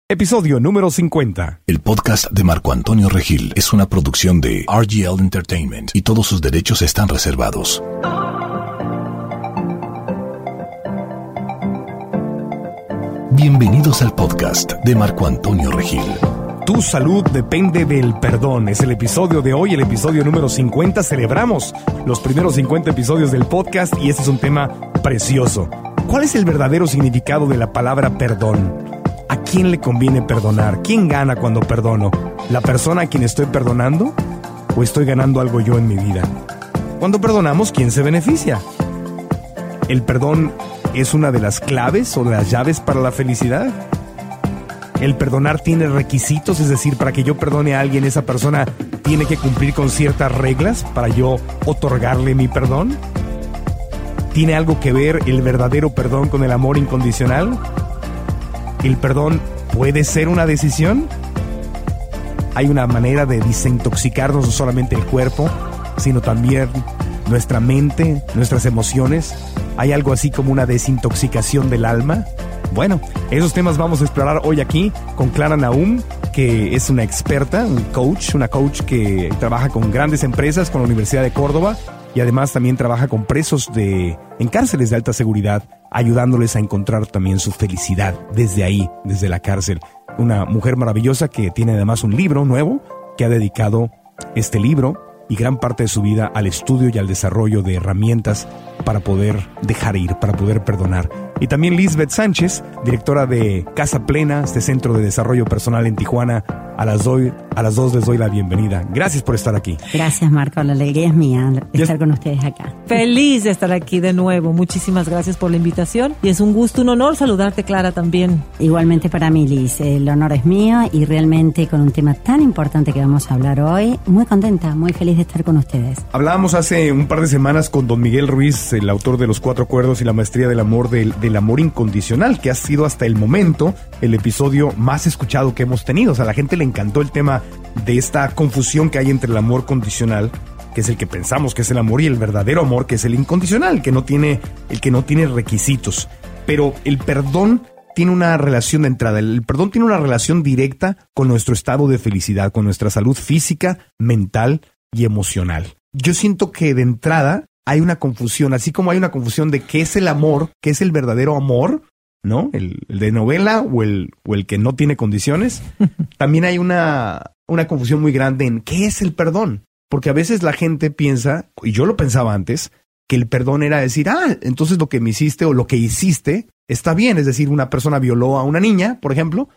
Episodio número 50. El podcast de Marco Antonio Regil es una producción de RGL Entertainment y todos sus derechos están reservados. Bienvenidos al podcast de Marco Antonio Regil. Tu salud depende del perdón. Es el episodio de hoy, el episodio número 50. Celebramos los primeros 50 episodios del podcast y este es un tema precioso. ¿Cuál es el verdadero significado de la palabra perdón? ¿A quién le conviene perdonar? ¿Quién gana cuando perdono? ¿La persona a quien estoy perdonando? ¿O estoy ganando algo yo en mi vida? Cuando perdonamos, ¿quién se beneficia? ¿El perdón es una de las claves o de las llaves para la felicidad? ¿El perdonar tiene requisitos? Es decir, para que yo perdone a alguien, esa persona tiene que cumplir con ciertas reglas para yo otorgarle mi perdón. ¿Tiene algo que ver el verdadero perdón con el amor incondicional? ¿El perdón puede ser una decisión? Hay una manera de desintoxicarnos no solamente el cuerpo, sino también nuestra mente, nuestras emociones. ¿Hay algo así como una desintoxicación del alma? Bueno, esos temas vamos a explorar hoy aquí con Clara Nahum, que es una experta, una coach que trabaja con grandes empresas, con la Universidad de Córdoba, y además también trabaja con presos en cárceles de alta seguridad, ayudándoles a encontrar también su felicidad desde ahí, desde la cárcel. Una mujer maravillosa que tiene además un libro nuevo, que ha dedicado este libro y gran parte de su vida al estudio y al desarrollo de herramientas para poder dejar ir, para poder perdonar. Y también Lisbeth Sánchez, directora de Casa Plena, este centro de desarrollo personal en Tijuana. A las dos les doy la bienvenida. Gracias por estar aquí. Gracias, Marco. La alegría es mía de estar con ustedes acá. Feliz de estar aquí de nuevo. Muchísimas gracias por la invitación. Y es un gusto, un honor saludarte, Clara, también. Igualmente para mí, Liz. El honor es mío y realmente con un tema tan importante que vamos a hablar hoy, muy contenta, muy feliz de estar con ustedes. Hablábamos hace un par de semanas con don Miguel Ruiz, el autor de Los 4 Acuerdos y la Maestría del Amor, del amor incondicional, que ha sido hasta el momento el episodio más escuchado que hemos tenido. O sea, a la gente le encantó el tema de esta confusión que hay entre el amor condicional, que es el que pensamos que es el amor, y el verdadero amor, que es el incondicional, el que no tiene requisitos. Pero el perdón tiene una relación de entrada. El perdón tiene una relación directa con nuestro estado de felicidad, con nuestra salud física, mental y emocional. Yo siento que de entrada hay una confusión, así como hay una confusión de qué es el amor, qué es el verdadero amor, ¿no? El de novela o el que no tiene condiciones. También hay una confusión muy grande en qué es el perdón. Porque a veces la gente piensa, y yo lo pensaba antes, que el perdón era decir, entonces lo que me hiciste o lo que hiciste está bien. Es decir, una persona violó a una niña, por ejemplo,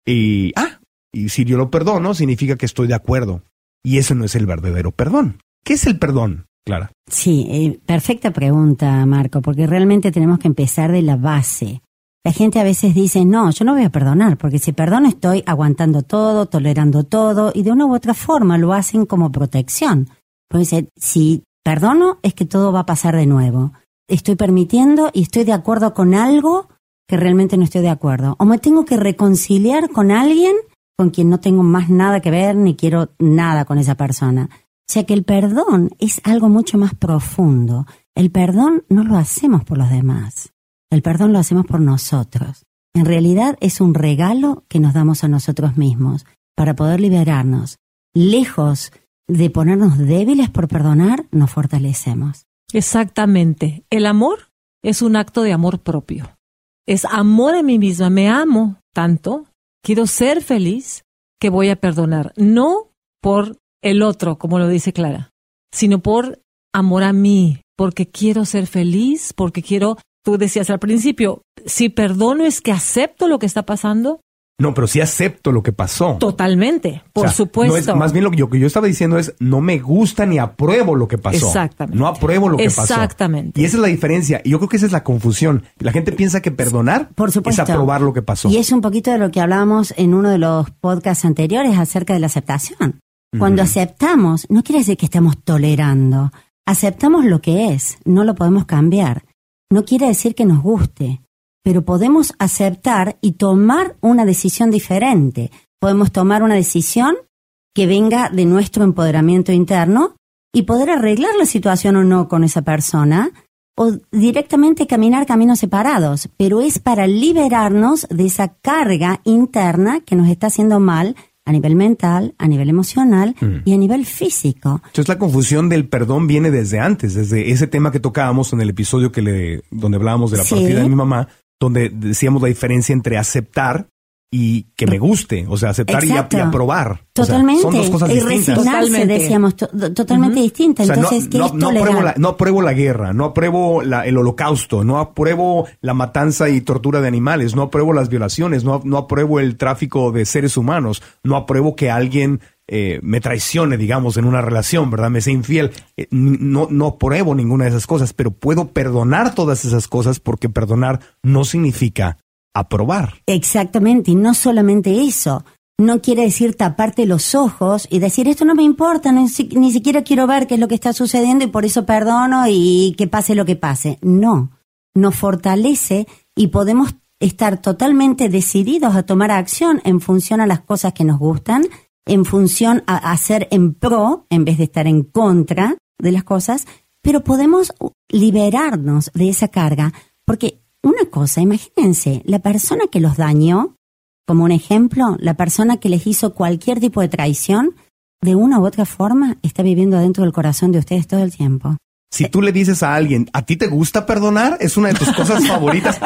y si yo lo perdono, significa que estoy de acuerdo. Y eso no es el verdadero perdón. ¿Qué es el perdón, Clara? Sí, perfecta pregunta, Marco, porque realmente tenemos que empezar de la base. La gente a veces dice, no, yo no voy a perdonar, porque si perdono estoy aguantando todo, tolerando todo, y de una u otra forma lo hacen como protección. Porque si perdono es que todo va a pasar de nuevo. Estoy permitiendo y estoy de acuerdo con algo que realmente no estoy de acuerdo. O me tengo que reconciliar con alguien con quien no tengo más nada que ver ni quiero nada con esa persona. O sea que el perdón es algo mucho más profundo. El perdón no lo hacemos por los demás. El perdón lo hacemos por nosotros. En realidad es un regalo que nos damos a nosotros mismos para poder liberarnos. Lejos de ponernos débiles por perdonar, nos fortalecemos. Exactamente. El amor es un acto de amor propio. Es amor a mí misma. Me amo tanto, quiero ser feliz, que voy a perdonar. No por el otro, como lo dice Clara, sino por amor a mí, porque quiero ser feliz, porque quiero... Tú decías al principio, si perdono es que acepto lo que está pasando. No, pero sí acepto lo que pasó. Totalmente, por supuesto. No es, más bien lo que yo estaba diciendo es, no me gusta ni apruebo lo que pasó. Exactamente. No apruebo lo que pasó. Exactamente. Y esa es la diferencia. Y yo creo que esa es la confusión. La gente piensa que perdonar es aprobar lo que pasó. Y es un poquito de lo que hablábamos en uno de los podcasts anteriores acerca de la aceptación. Cuando aceptamos, no quiere decir que estemos tolerando. Aceptamos lo que es, no lo podemos cambiar. No quiere decir que nos guste, pero podemos aceptar y tomar una decisión diferente. Podemos tomar una decisión que venga de nuestro empoderamiento interno y poder arreglar la situación o no con esa persona o directamente caminar caminos separados, pero es para liberarnos de esa carga interna que nos está haciendo mal a nivel mental, a nivel emocional y a nivel físico. Entonces la confusión del perdón viene desde antes, desde ese tema que tocábamos en el episodio donde hablábamos de la partida de mi mamá, donde decíamos la diferencia entre aceptar y que me guste, o sea, aceptar y aprobar. Totalmente. O sea, son dos cosas distintas. Y resignarse, decíamos, totalmente distinta. O sea, entonces, no apruebo la guerra, no apruebo el holocausto, no apruebo la matanza y tortura de animales, no apruebo las violaciones, no apruebo el tráfico de seres humanos, no apruebo que alguien me traicione, digamos, en una relación, ¿verdad? Me sea infiel. No apruebo ninguna de esas cosas, pero puedo perdonar todas esas cosas porque perdonar no significa aprobar. Exactamente, y no solamente eso. No quiere decir taparte los ojos y decir esto no me importa, ni siquiera quiero ver qué es lo que está sucediendo y por eso perdono y que pase lo que pase. No, nos fortalece y podemos estar totalmente decididos a tomar acción en función a las cosas que nos gustan, en función a hacer en pro en vez de estar en contra de las cosas, pero podemos liberarnos de esa carga porque una cosa, imagínense, la persona que los dañó, como un ejemplo, la persona que les hizo cualquier tipo de traición, de una u otra forma, está viviendo adentro del corazón de ustedes todo el tiempo. Si tú le dices a alguien, ¿a ti te gusta perdonar? Es una de tus cosas favoritas.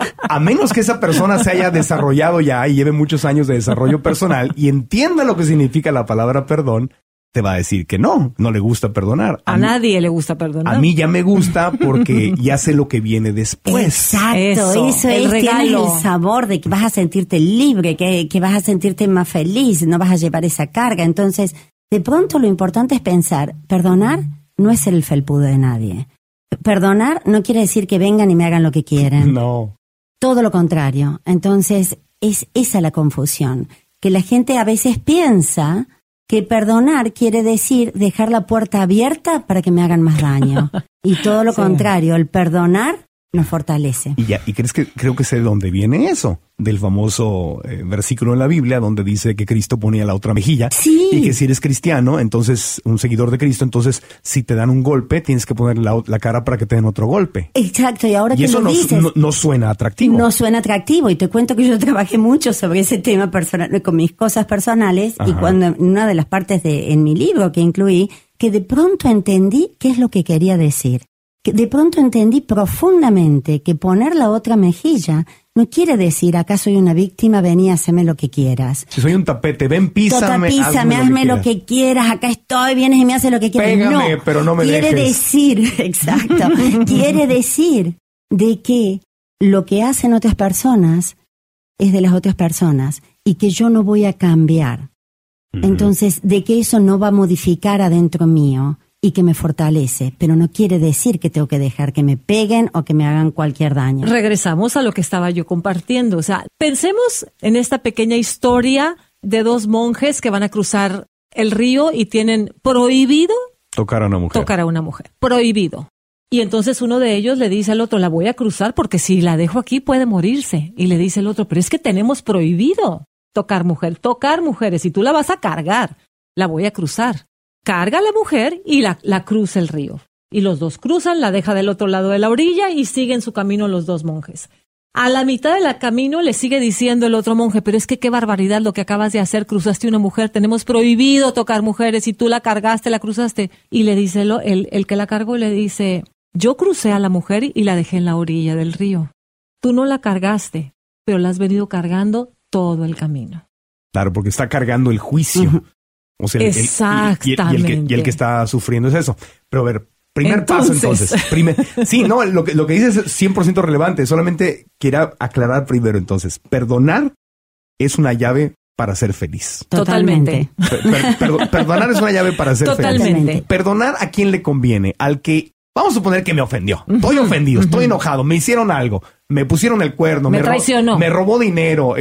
A menos que esa persona se haya desarrollado ya y lleve muchos años de desarrollo personal y entienda lo que significa la palabra perdón, te va a decir que no le gusta perdonar. A nadie le gusta perdonar. A mí ya me gusta porque ya sé lo que viene después. Exacto, eso es, tienes el sabor de que vas a sentirte libre, que vas a sentirte más feliz, no vas a llevar esa carga. Entonces, de pronto lo importante es pensar, perdonar no es ser el felpudo de nadie. Perdonar no quiere decir que vengan y me hagan lo que quieren. No. Todo lo contrario. Entonces, es esa la confusión. Que la gente a veces piensa que perdonar quiere decir dejar la puerta abierta para que me hagan más daño. Y todo lo contrario, el perdonar nos fortalece. Y creo que sé de dónde viene eso, del famoso versículo en la Biblia donde dice que Cristo ponía la otra mejilla. Sí. Y que si eres cristiano, entonces, un seguidor de Cristo, entonces, si te dan un golpe, tienes que poner la cara para que te den otro golpe. Exacto, y ahora que eso lo dices, no suena atractivo. No suena atractivo, y te cuento que yo trabajé mucho sobre ese tema personal, con mis cosas personales, y cuando en una de las partes en mi libro que incluí, que de pronto entendí qué es lo que quería decir. Que de pronto entendí profundamente que poner la otra mejilla no quiere decir, acá soy una víctima, ven y haceme lo que quieras. Si soy un tapete, ven, písame, hazme lo que quieras, acá estoy, vienes y me haces lo que quieras. Pégame, pero no me dejes. Quiere decir, exacto, quiere decir de que lo que hacen otras personas es de las otras personas y que yo no voy a cambiar. Entonces, de que eso no va a modificar adentro mío y que me fortalece, pero no quiere decir que tengo que dejar que me peguen o que me hagan cualquier daño. Regresamos a lo que estaba yo compartiendo. O sea, pensemos en esta pequeña historia de dos monjes que van a cruzar el río y tienen prohibido tocar a una mujer. Prohibido. Y entonces uno de ellos le dice al otro, la voy a cruzar porque si la dejo aquí puede morirse. Y le dice el otro, pero es que tenemos prohibido tocar mujeres. Si tú la vas a cargar, la voy a cruzar. Carga a la mujer y la cruza el río. Y los dos cruzan, la deja del otro lado de la orilla y siguen su camino los dos monjes. A la mitad del camino le sigue diciendo el otro monje, pero es que qué barbaridad lo que acabas de hacer, cruzaste una mujer, tenemos prohibido tocar mujeres y tú la cargaste, la cruzaste. Y le dice el que la cargó, le dice, yo crucé a la mujer y la dejé en la orilla del río. Tú no la cargaste, pero la has venido cargando todo el camino. Claro, porque está cargando el juicio. O sea, exactamente. Y el que está sufriendo es eso. Pero a ver, paso entonces. Sí, no, lo que dices es 100% relevante. Solamente quiero aclarar primero entonces. Perdonar es una llave para ser feliz. Totalmente. Perdonar es una llave para ser Totalmente. feliz. Perdonar a quién le conviene. Al que, vamos a suponer que me ofendió. Estoy ofendido, estoy enojado, me hicieron algo. Me pusieron el cuerno, me traicionó, me robó dinero,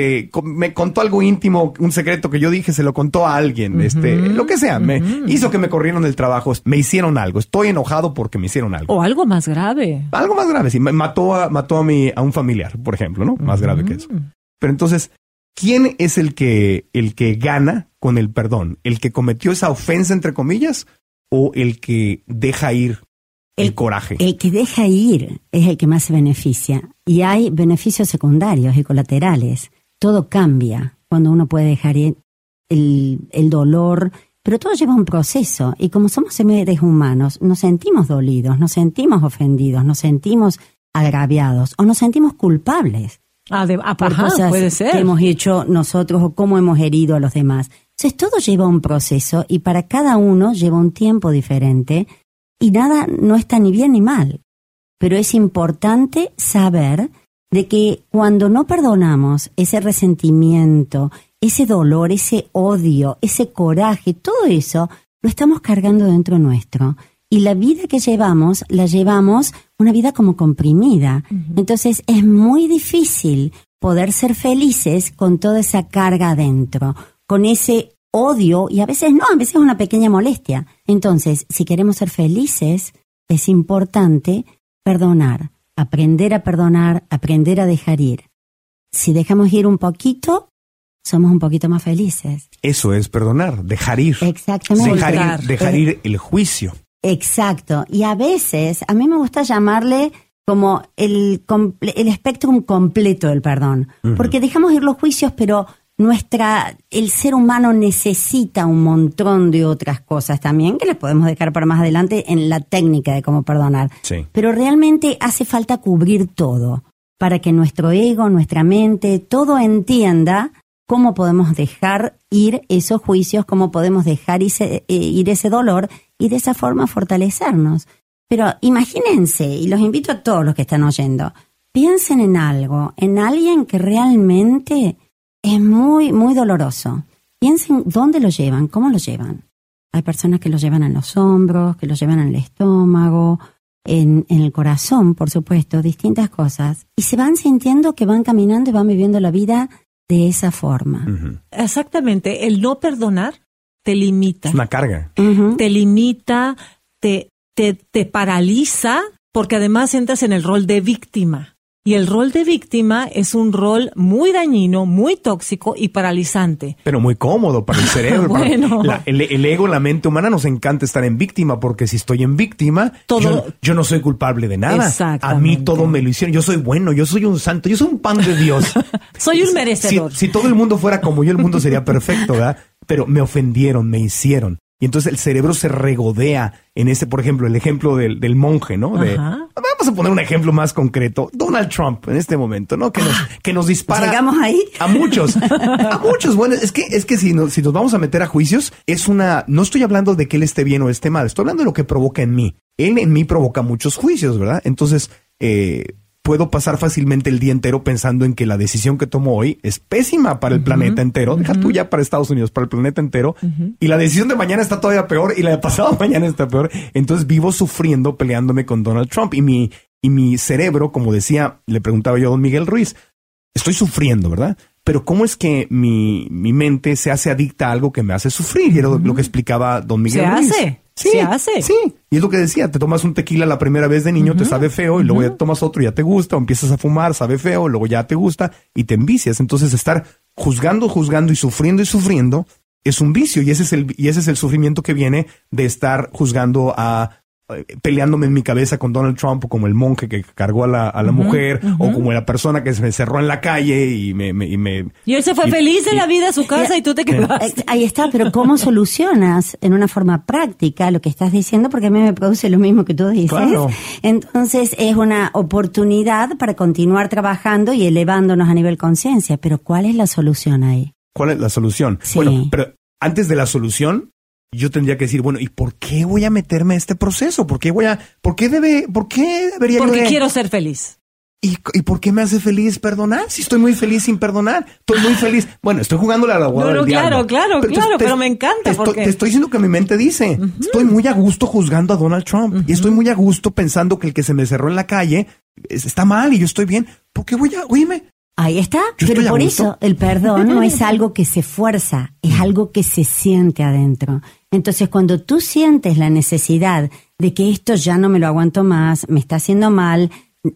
me contó algo íntimo, un secreto que yo dije, se lo contó a alguien, lo que sea, me hizo que me corrieron del trabajo, me hicieron algo, estoy enojado porque me hicieron algo. O algo más grave. Algo más grave, sí, mató a un familiar, por ejemplo, ¿no? Más grave que eso. Pero entonces, ¿quién es el que gana con el perdón? ¿El que cometió esa ofensa, entre comillas, o el que deja ir el coraje. El que deja ir es el que más se beneficia. Y hay beneficios secundarios y colaterales. Todo cambia cuando uno puede dejar ir el dolor, pero todo lleva un proceso. Y como somos seres humanos, nos sentimos dolidos, nos sentimos ofendidos, nos sentimos agraviados o nos sentimos culpables. Por cosas puede ser. Que hemos hecho nosotros o cómo hemos herido a los demás. Entonces todo lleva un proceso y para cada uno lleva un tiempo diferente y nada no está ni bien ni mal. Pero es importante saber de que cuando no perdonamos ese resentimiento, ese dolor, ese odio, ese coraje, todo eso lo estamos cargando dentro nuestro. Y la vida que llevamos, la llevamos una vida como comprimida. Entonces es muy difícil poder ser felices con toda esa carga adentro, con ese odio y a veces no, a veces una pequeña molestia. Entonces, si queremos ser felices, es importante perdonar, aprender a dejar ir. Si dejamos ir un poquito, somos un poquito más felices. Eso es perdonar, dejar ir. Exactamente. Dejar ir el juicio. Exacto. Y a veces, a mí me gusta llamarle como el espectro completo del perdón. Porque dejamos ir los juicios, pero el ser humano necesita un montón de otras cosas también, que les podemos dejar para más adelante en la técnica de cómo perdonar. Sí. Pero realmente hace falta cubrir todo, para que nuestro ego, nuestra mente, todo entienda cómo podemos dejar ir esos juicios, cómo podemos dejar ir ese dolor y de esa forma fortalecernos. Pero imagínense, y los invito a todos los que están oyendo, piensen en algo, en alguien que realmente es muy, muy doloroso. Piensen dónde lo llevan, cómo lo llevan. Hay personas que lo llevan en los hombros, que lo llevan en el estómago, en el corazón, por supuesto, distintas cosas. Y se van sintiendo que van caminando y van viviendo la vida de esa forma. Exactamente. El no perdonar te limita. Es una carga. Te limita, te paraliza, porque además entras en el rol de víctima. Y el rol de víctima es un rol muy dañino, muy tóxico y paralizante. Pero muy cómodo para el cerebro. Bueno. El ego, la mente humana nos encanta estar en víctima, porque si estoy en víctima, yo no soy culpable de nada. A mí todo me lo hicieron. Yo soy bueno, yo soy un santo, yo soy un pan de Dios. Soy un merecedor. Si todo el mundo fuera como yo, el mundo sería perfecto, ¿verdad? Pero me ofendieron, me hicieron. Y entonces el cerebro se regodea en ese, por ejemplo, el ejemplo del monje, ¿no? Vamos a poner un ejemplo más concreto. Donald Trump en este momento, ¿no? Que nos dispara. ¿Llegamos ahí? A muchos. Bueno, es que si nos vamos a meter a juicios, no estoy hablando de que él esté bien o esté mal. Estoy hablando de lo que provoca en mí. Él en mí provoca muchos juicios, ¿verdad? Entonces, puedo pasar fácilmente el día entero pensando en que la decisión que tomo hoy es pésima para el planeta entero. Deja tú ya para Estados Unidos, para el planeta entero. Y la decisión de mañana está todavía peor y la de pasado mañana está peor. Entonces vivo sufriendo, peleándome con Donald Trump. Y mi cerebro, como decía, le preguntaba yo a don Miguel Ruiz, estoy sufriendo, ¿verdad? Pero ¿cómo es que mi mente se hace adicta a algo que me hace sufrir? Y era lo que explicaba don Miguel Ruiz. Se hace. Sí, y es lo que decía, te tomas un tequila la primera vez de niño, te sabe feo, y luego ya tomas otro y ya te gusta, o empiezas a fumar, sabe feo, luego ya te gusta y te envicias. Entonces estar juzgando y sufriendo es un vicio, y ese es el sufrimiento que viene de estar juzgando peleándome en mi cabeza con Donald Trump, o como el monje que cargó a la mujer, o como la persona que se me cerró en la calle y y él se fue feliz de la vida a su casa y tú te quedaste. Ahí está, pero ¿cómo solucionas en una forma práctica lo que estás diciendo? Porque a mí me produce lo mismo que tú dices. Claro. Entonces es una oportunidad para continuar trabajando y elevándonos a nivel conciencia. Pero ¿cuál es la solución ahí? ¿Cuál es la solución? Sí. Bueno, pero antes de la solución, yo tendría que decir, bueno, ¿y por qué voy a meterme a este proceso? ¿Por qué debería Porque quiero ser feliz. ¿Y por qué me hace feliz perdonar? Si estoy muy feliz sin perdonar. Estoy muy feliz. Bueno, estoy jugándole a la abogada del diablo. Claro, pero me encanta. Te estoy diciendo que mi mente dice, estoy muy a gusto juzgando a Donald Trump. Y estoy muy a gusto pensando que el que se me cerró en la calle está mal y yo estoy bien. ¿Por qué oíme? Ahí está, pero por eso el perdón no es algo que se fuerza, es algo que se siente adentro. Entonces, cuando tú sientes la necesidad de que esto ya no me lo aguanto más, me está haciendo mal,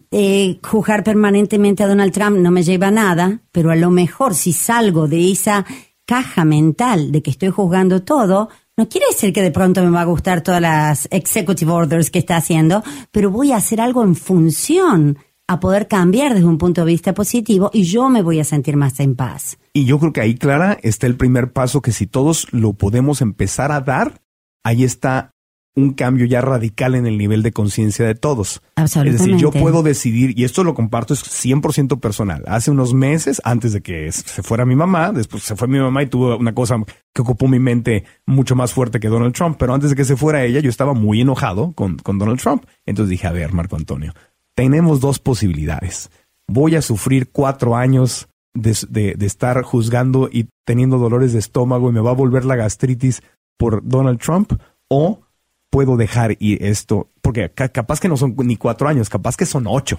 juzgar permanentemente a Donald Trump no me lleva a nada, pero a lo mejor si salgo de esa caja mental de que estoy juzgando todo, no quiere decir que de pronto me va a gustar todas las executive orders que está haciendo, pero voy a hacer algo en función a poder cambiar desde un punto de vista positivo y yo me voy a sentir más en paz. Y yo creo que ahí, Clara, está el primer paso que si todos lo podemos empezar a dar, ahí está un cambio ya radical en el nivel de conciencia de todos. Absolutamente. Es decir, yo puedo decidir, y esto lo comparto, es 100% personal. Hace unos meses, antes de que se fuera mi mamá, después se fue mi mamá y tuvo una cosa que ocupó mi mente mucho más fuerte que Donald Trump, pero antes de que se fuera ella, yo estaba muy enojado con Donald Trump. Entonces dije, a ver, Marco Antonio, tenemos dos posibilidades. Voy a sufrir 4 años de estar juzgando y teniendo dolores de estómago y me va a volver la gastritis por Donald Trump, o puedo dejar ir esto, porque capaz que no son ni 4 años, capaz que son 8.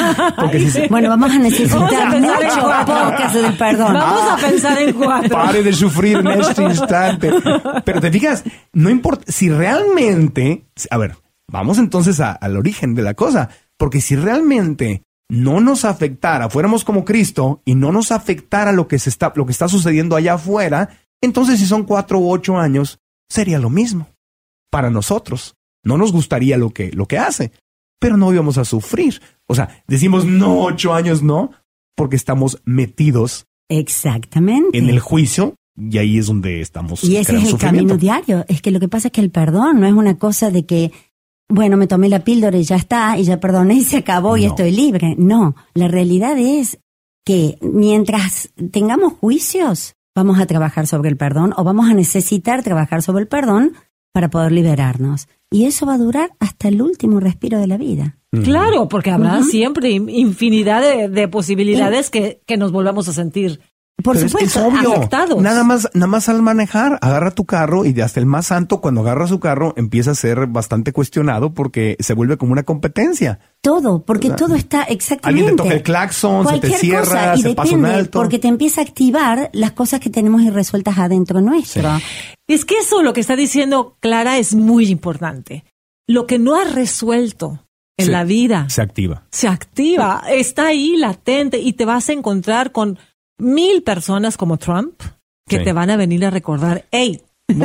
Porque Bueno, vamos a necesitar mucho podcast del perdón. Vamos a pensar en 4. Pare de sufrir en este instante. Pero te fijas, no importa, si realmente, a ver, vamos entonces al origen de la cosa, porque si realmente no nos afectara, fuéramos como Cristo y no nos afectara lo que está sucediendo allá afuera, entonces si son 4 u 8 años, sería lo mismo. Para nosotros, no nos gustaría lo que hace, pero no íbamos a sufrir. O sea, decimos no, 8 años no, porque estamos metidos exactamente en el juicio y ahí es donde estamos. Y ese es el camino diario. Es que lo que pasa es que el perdón no es una cosa de que, bueno, me tomé la píldora y ya está, y ya perdoné y se acabó y estoy libre. No, la realidad es que mientras tengamos juicios, vamos a trabajar sobre el perdón o vamos a necesitar trabajar sobre el perdón para poder liberarnos. Y eso va a durar hasta el último respiro de la vida. Claro, porque habrá siempre infinidad de posibilidades que nos volvamos a sentir Por Pero supuesto, es obvio. afectados. Nada más al manejar, agarra tu carro y hasta el más santo cuando agarra su carro empieza a ser bastante cuestionado porque se vuelve como una competencia. todo, porque todo está exactamente. Alguien te toca el claxon, cualquier se te cierra, cosa, y se pasa un depende, alto. porque te empieza a activar las cosas que tenemos irresueltas adentro nuestro. Es que eso, lo que está diciendo Clara, es muy importante. Lo que no has resuelto en la vida Se activa. se activa, está ahí latente y te vas a encontrar con 1000 personas como Trump que Sí. te van a venir a recordar, hey,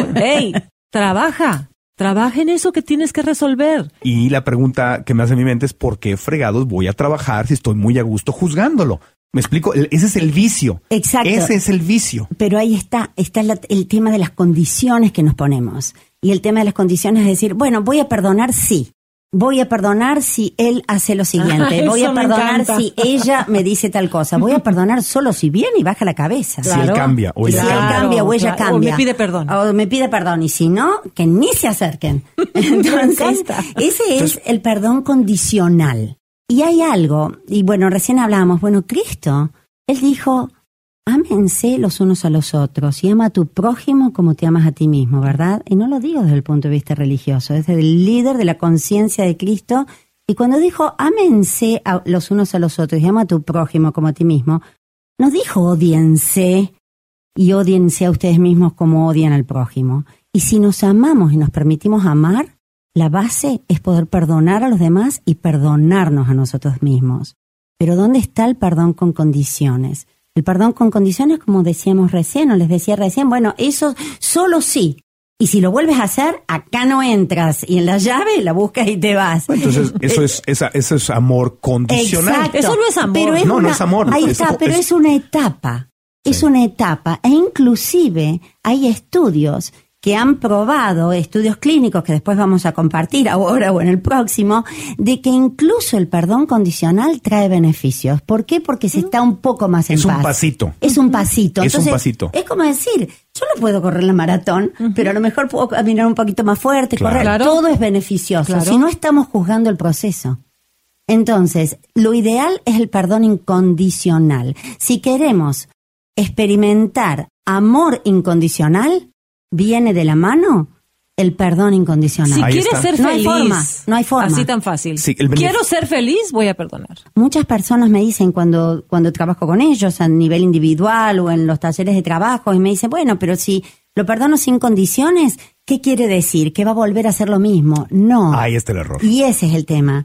trabaja en eso que tienes que resolver. Y la pregunta que me hace en mi mente es ¿por qué fregados voy a trabajar si estoy muy a gusto juzgándolo? ¿Me explico? Ese es el vicio. Exacto. Ese es el vicio. Pero ahí está el tema de las condiciones que nos ponemos. Y el tema de las condiciones es decir, bueno, voy a perdonar, sí. Voy a perdonar si él hace lo siguiente. Eso Voy a me perdonar encanta. si ella me dice tal cosa. Voy a perdonar solo si viene y baja la cabeza. Si él cambia o Si ella él cambia. cambia o ella Claro, cambia. o me pide perdón. O me pide perdón. Y si no, que ni se acerquen. Entonces, encanta. ese es el perdón condicional. Y hay algo, y bueno, recién hablábamos, bueno, Cristo, Él dijo, ámense los unos a los otros y ama a tu prójimo como te amas a ti mismo, ¿verdad? Y no lo digo desde el punto de vista religioso, es desde el líder de la conciencia de Cristo. Y cuando dijo, ámense a los unos a los otros y ama a tu prójimo como a ti mismo, no dijo, ódiense y ódiense a ustedes mismos como odian al prójimo. Y si nos amamos y nos permitimos amar, la base es poder perdonar a los demás y perdonarnos a nosotros mismos. Pero ¿dónde está el perdón con condiciones? El perdón con condiciones, como decíamos recién, o les decía recién, bueno, eso solo sí. Y si lo vuelves a hacer, acá no entras. Y en la llave la buscas y te vas. Entonces, eso es amor condicional. Exacto. Eso no es amor. Pero No es amor. Ahí Es- está, pero es- es una etapa. Es Sí. una etapa. E inclusive hay estudios que han probado, estudios clínicos que después vamos a compartir ahora o en el próximo, de que incluso el perdón condicional trae beneficios. ¿Por qué? Porque se está un poco más en Es un paz. pasito. Es un pasito. Es un Entonces, pasito. es como decir, yo no puedo correr la maratón, pero a lo mejor puedo caminar un poquito más fuerte, Claro. correr. Claro. Todo es beneficioso. Claro. Si no estamos juzgando el proceso. Entonces, lo ideal es el perdón incondicional. Si queremos experimentar amor incondicional, viene de la mano el perdón incondicional. Si Ahí quieres está. ser No hay feliz, forma, no hay forma. así tan fácil. Sí, el Quiero ser feliz, voy a perdonar. Muchas personas me dicen cuando trabajo con ellos a nivel individual o en los talleres de trabajo y me dicen, bueno, pero si lo perdono sin condiciones, ¿qué quiere decir? ¿Que va a volver a hacer lo mismo? No. Ahí está el error. Y ese es el tema.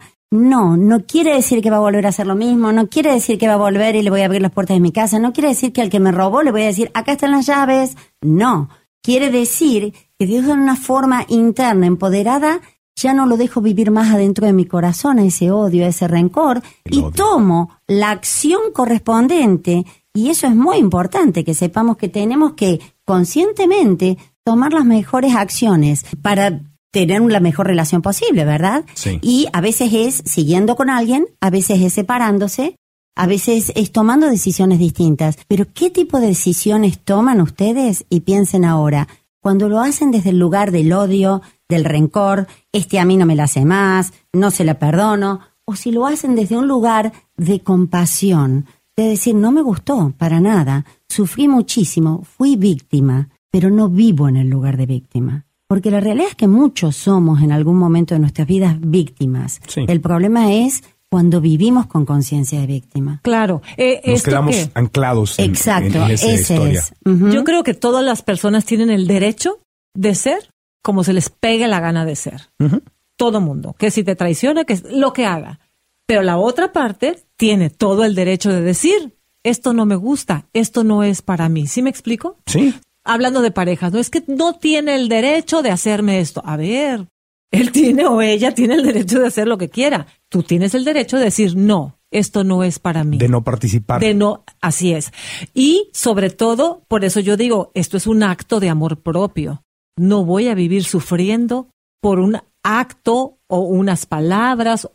No quiere decir que va a volver a hacer lo mismo, no quiere decir que va a volver y le voy a abrir las puertas de mi casa, no quiere decir que al que me robó le voy a decir, acá están las llaves. No, quiere decir que Dios de una forma interna, empoderada, ya no lo dejo vivir más adentro de mi corazón, a ese odio, a ese rencor, y tomo la acción correspondiente. Y eso es muy importante, que sepamos que tenemos que conscientemente tomar las mejores acciones para tener la mejor relación posible, ¿verdad? Sí. Y a veces es siguiendo con alguien, a veces es separándose, a veces es tomando decisiones distintas. Pero ¿qué tipo de decisiones toman ustedes? Y piensen ahora, cuando lo hacen desde el lugar del odio, del rencor, a mí no me la hace más, no se la perdono, o si lo hacen desde un lugar de compasión, de decir, no me gustó para nada, sufrí muchísimo, fui víctima, pero no vivo en el lugar de víctima. Porque la realidad es que muchos somos en algún momento de nuestras vidas víctimas. Sí. El problema es cuando vivimos con conciencia de víctima. Claro. Nos quedamos anclados en esa historia. Es. Uh-huh. Yo creo que todas las personas tienen el derecho de ser como se les pegue la gana de ser. Uh-huh. Todo mundo. Que si te traiciona, que lo que haga. Pero la otra parte tiene todo el derecho de decir, esto no me gusta, esto no es para mí. ¿Sí me explico? Sí. Hablando de parejas, no es que no tiene el derecho de hacerme esto. A ver, él tiene o ella tiene el derecho de hacer lo que quiera. Tú tienes el derecho de decir, no, esto no es para mí. De no participar. Así es. Y sobre todo, por eso yo digo, esto es un acto de amor propio. No voy a vivir sufriendo por un acto o unas palabras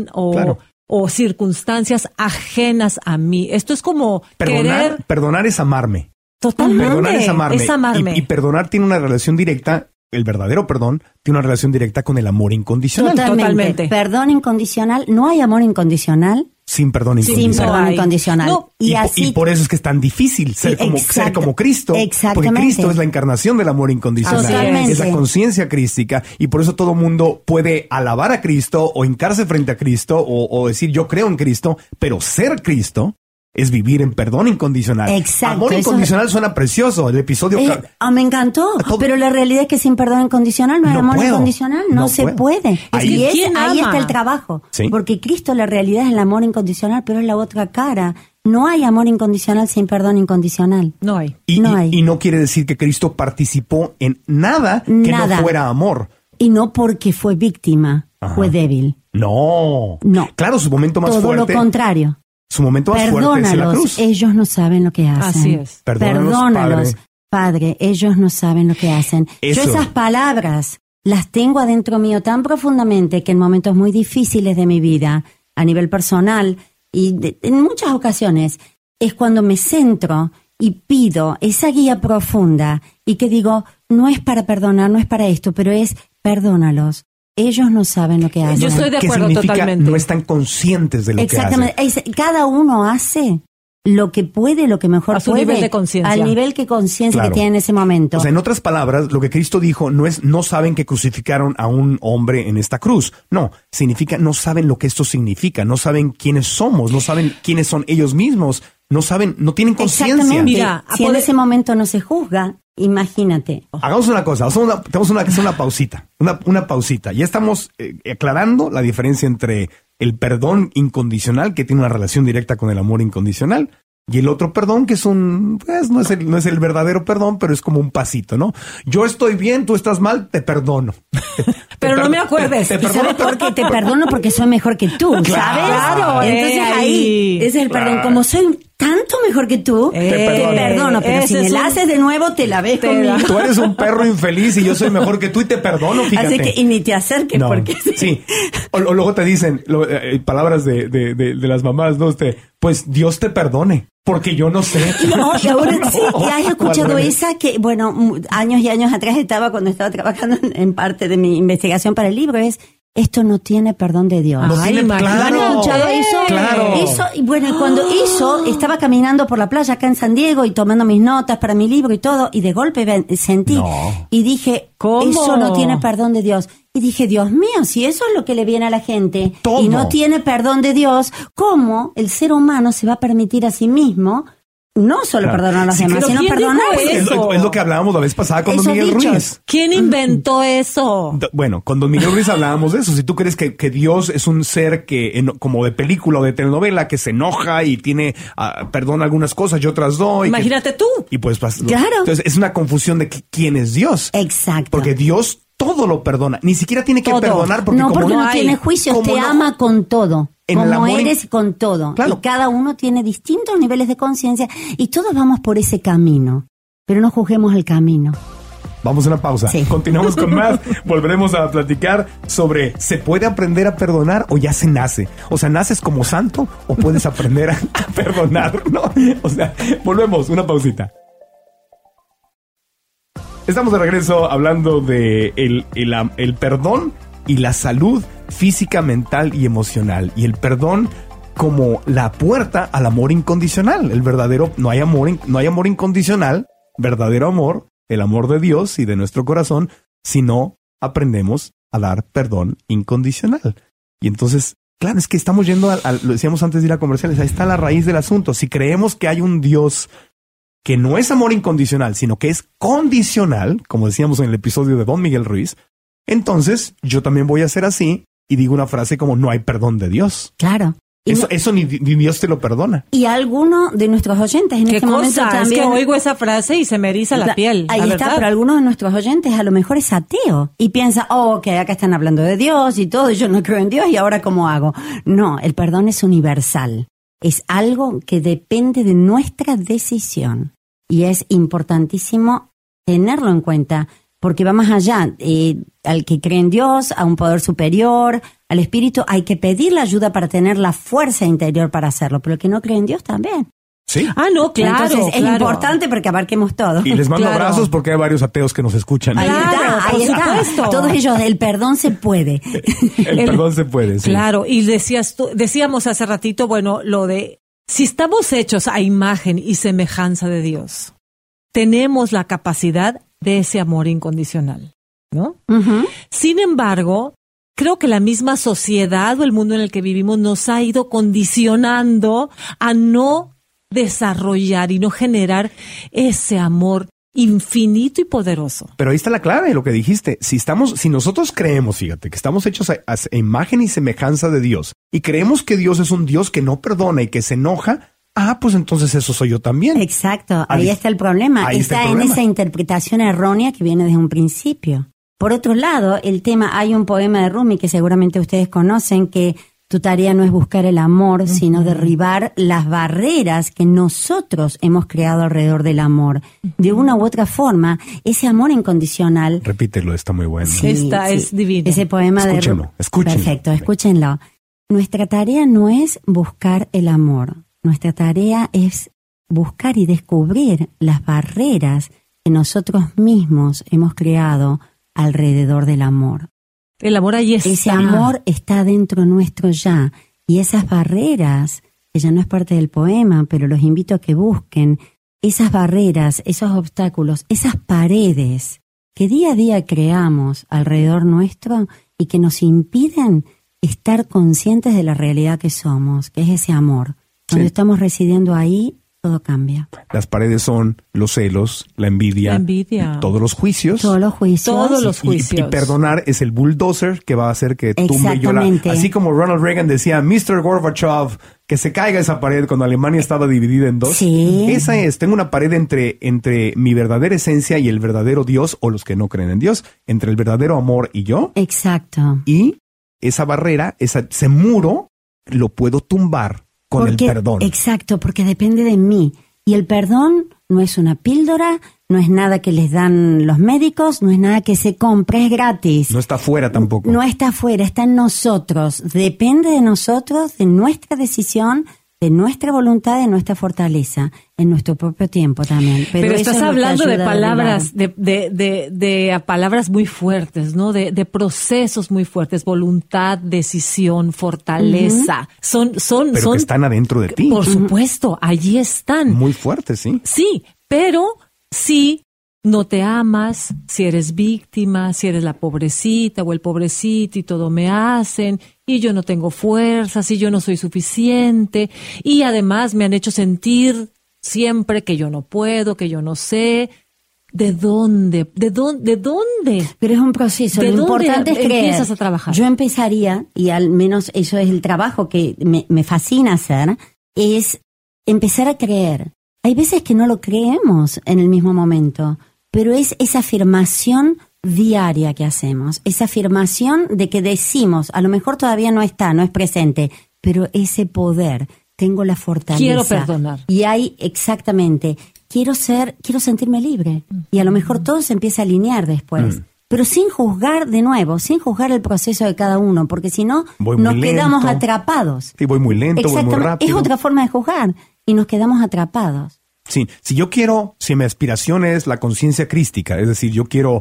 o circunstancias ajenas a mí. Esto es como Perdonar es amarme. Totalmente. Perdonar es amarme. Es amarme. Y perdonar tiene una relación directa, el verdadero perdón, tiene una relación directa con el amor incondicional. Totalmente. Perdón incondicional. No hay amor incondicional sin perdón incondicional. Sin perdón incondicional. No. Y por eso es que es tan difícil ser como Cristo. Exactamente. Porque Cristo es la encarnación del amor incondicional. Totalmente. Es la conciencia crística. Y por eso todo mundo puede alabar a Cristo o hincarse frente a Cristo o decir yo creo en Cristo, pero ser Cristo es vivir en perdón incondicional. Exacto. Amor incondicional suena precioso. El episodio... me encantó. Pero la realidad es que sin perdón incondicional no hay amor incondicional. No se puede. Ahí está el trabajo. ¿Sí? Porque Cristo, la realidad es el amor incondicional, pero es la otra cara. No hay amor incondicional sin perdón incondicional. No hay. Y no quiere decir que Cristo participó en nada que no fuera amor. Y no porque fue víctima, fue débil. No. Claro, su momento más fuerte... Todo lo contrario. Su momento más fuerte es en la cruz. Ellos no saben lo que hacen. Así es. Perdónalos, Padre. Ellos no saben lo que hacen. Eso. Yo esas palabras las tengo adentro mío tan profundamente que en momentos muy difíciles de mi vida, a nivel personal y en muchas ocasiones, es cuando me centro y pido esa guía profunda y que digo, no es para perdonar, no es para esto, pero es perdónalos. Ellos no saben lo que hacen. Yo estoy de acuerdo totalmente. No están conscientes de lo que hacen. Exactamente. Cada uno hace lo que puede, lo que mejor puede. A su nivel de conciencia. Al nivel que conciencia que tiene en ese momento. O sea, en otras palabras, lo que Cristo dijo no saben que crucificaron a un hombre en esta cruz. No, significa no saben lo que esto significa, no saben quiénes somos, no saben quiénes son ellos mismos, no tienen conciencia. Exactamente. Mira, si en ese momento no se juzga, imagínate. Hagamos una cosa, tenemos que hacer una pausita, una pausita. Ya estamos aclarando la diferencia entre el perdón incondicional, que tiene una relación directa con el amor incondicional, y el otro perdón, que es no es el verdadero perdón, pero es como un pasito, ¿no? Yo estoy bien, tú estás mal, te perdono. Pero no me acuerdes. ¿Y sabes por qué? Te perdono porque soy mejor que tú, ¿sabes? Claro, entonces ahí, ese es el perdón. Como soy tanto mejor que tú, te perdono, pero si me la haces de nuevo, te la ves conmigo. Tú eres un perro infeliz y yo soy mejor que tú y te perdono, fíjate. Así que, y ni te acerques, porque... Sí. O luego te dicen, palabras de las mamás, ¿no? Pues Dios te perdone. Porque yo no sé. No, y ahora sí, ya has escuchado esa que, bueno, años y años atrás cuando estaba trabajando en parte de mi investigación para el libro, esto no tiene perdón de Dios. No tiene, ¿Han escuchado eso? Claro. Eso, y bueno, cuando estaba caminando por la playa acá en San Diego y tomando mis notas para mi libro y todo, y de golpe sentí y dije, ¿cómo? Eso no tiene perdón de Dios. Y dije, Dios mío, si eso es lo que le viene a la gente y no tiene perdón de Dios, ¿cómo el ser humano se va a permitir a sí mismo No solo perdonar a los demás, pero sino ¿quién dijo perdonarse. eso? Es lo que hablábamos la vez pasada con Don Esos Miguel dichos. Ruiz. ¿Quién inventó eso? Bueno, con Don Miguel Ruiz hablábamos de eso. Si tú crees que Dios es un ser que, como de película o de telenovela, que se enoja y tiene, perdona algunas cosas y otras no. Imagínate tú. Y pues, Claro. Entonces es una confusión de quién es Dios. Exacto. Porque Dios todo lo perdona. Ni siquiera tiene que Todo. perdonar porque no, como porque no hay, tiene juicios, como te no- ama con todo. En el Como amor eres con todo. Claro. Y cada uno tiene distintos niveles de conciencia y todos vamos por ese camino. Pero no juzguemos el camino. Vamos a una pausa. Sí. Continuamos con más. Volveremos a platicar sobre ¿se puede aprender a perdonar o ya se nace? O sea, ¿naces como santo o puedes aprender a perdonar? ¿No? O sea, volvemos, una pausita. Estamos de regreso hablando de el perdón y la salud física, mental y emocional. Y el perdón como la puerta al amor incondicional. El verdadero, no hay amor incondicional, verdadero amor, el amor de Dios y de nuestro corazón, si no aprendemos a dar perdón incondicional. Y entonces, claro, es que estamos yendo lo decíamos antes de ir a comerciales, ahí está la raíz del asunto. Si creemos que hay un Dios que no es amor incondicional, sino que es condicional, como decíamos en el episodio de Don Miguel Ruiz, entonces yo también voy a ser así y digo una frase como no hay perdón de Dios. Claro. Y, Eso ni Dios te lo perdona. y alguno de nuestros oyentes en ¿Qué este momento cosa? también... Es que oigo esa frase y se me eriza la piel. Ahí la está, verdad. pero algunos de nuestros oyentes a lo mejor es ateo y piensa, que acá están hablando de Dios y todo, y yo no creo en Dios y ahora ¿cómo hago? No, el perdón es universal. Es algo que depende de nuestra decisión y es importantísimo tenerlo en cuenta porque va más allá. Al que cree en Dios, a un poder superior, al espíritu, hay que pedir la ayuda para tener la fuerza interior para hacerlo, pero el que no cree en Dios también. Sí. Ah, no, claro. Entonces es claro. importante porque abarquemos todo. Y les mando Claro. abrazos porque hay varios ateos que nos escuchan. Ahí Claro, está, ahí por está. supuesto. Todos ellos, el perdón se puede. El perdón se puede, sí. Claro, y decíamos hace ratito, bueno, lo de si estamos hechos a imagen y semejanza de Dios, tenemos la capacidad de ese amor incondicional, ¿no? Ujú. Sin embargo, creo que la misma sociedad o el mundo en el que vivimos nos ha ido condicionando a no desarrollar y no generar ese amor infinito y poderoso. Pero ahí está la clave, lo que dijiste. Si nosotros creemos, fíjate, que estamos hechos a imagen y semejanza de Dios y creemos que Dios es un Dios que no perdona y que se enoja, pues entonces eso soy yo también. Exacto, ahí está el problema. Ahí está el en problema. esa interpretación errónea que viene desde un principio. Por otro lado, el tema, hay un poema de Rumi que seguramente ustedes conocen, que tu tarea no es buscar el amor, sino derribar las barreras que nosotros hemos creado alrededor del amor. De una u otra forma, ese amor incondicional. Repítelo, está muy bueno. Sí, Es divino. Ese poema Escúchenlo, de escúchenlo. Perfecto, escúchenlo. Nuestra tarea no es buscar el amor. Nuestra tarea es buscar y descubrir las barreras que nosotros mismos hemos creado alrededor del amor. El amor ahí está. Ese amor está dentro nuestro ya. Y esas barreras, que ya no es parte del poema, pero los invito a que busquen, esas barreras, esos obstáculos, esas paredes que día a día creamos alrededor nuestro y que nos impiden estar conscientes de la realidad que somos, que es ese amor. Cuando Sí. estamos residiendo ahí, todo cambia. Las paredes son los celos, la envidia, todos los juicios. Todos los juicios. Todos los Y juicios. perdonar es el bulldozer que va a hacer que tumbe yo Exactamente. así como Ronald Reagan decía, Mr. Gorbachev, que se caiga esa pared cuando Alemania estaba dividida en dos. Sí. Esa es, tengo una pared entre mi verdadera esencia y el verdadero Dios, o los que no creen en Dios, entre el verdadero amor y yo, Exacto. y esa barrera, ese muro, lo puedo tumbar con el perdón. Exacto, porque depende de mí. Y el perdón no es una píldora, no es nada que les dan los médicos, no es nada que se compre, es gratis. No está afuera tampoco. No está afuera, está en nosotros. Depende de nosotros, de nuestra decisión, de nuestra voluntad, de nuestra fortaleza, en nuestro propio tiempo también. Pero eso estás es lo que hablando de ayuda a palabras, derribar. de palabras muy fuertes, ¿no? De procesos muy fuertes, voluntad, decisión, fortaleza. Pero que están adentro de ti. Por supuesto, allí están. Muy fuerte, sí. Sí, pero si no te amas, si eres víctima, si eres la pobrecita o el pobrecito y todo me hacen y yo no tengo fuerzas y yo no soy suficiente y además me han hecho sentir siempre, que yo no puedo, que yo no sé. ¿De dónde? ¿De dónde? Pero es un proceso. Lo importante es creer. Empiezas a trabajar. Yo empezaría, y al menos eso es el trabajo que me fascina hacer, es empezar a creer. Hay veces que no lo creemos en el mismo momento, pero es esa afirmación diaria que hacemos, esa afirmación de que decimos, a lo mejor todavía no está, no es presente, pero ese poder, tengo la fortaleza. Quiero perdonar. Y hay, exactamente, quiero sentirme libre. Y a lo mejor todo se empieza a alinear después. Pero sin juzgar de nuevo, sin juzgar el proceso de cada uno, porque si no, nos quedamos atrapados. Sí, voy muy lento, voy muy rápido. Es otra forma de juzgar y nos quedamos atrapados. Sí, si mi aspiración es la conciencia crística, es decir, yo quiero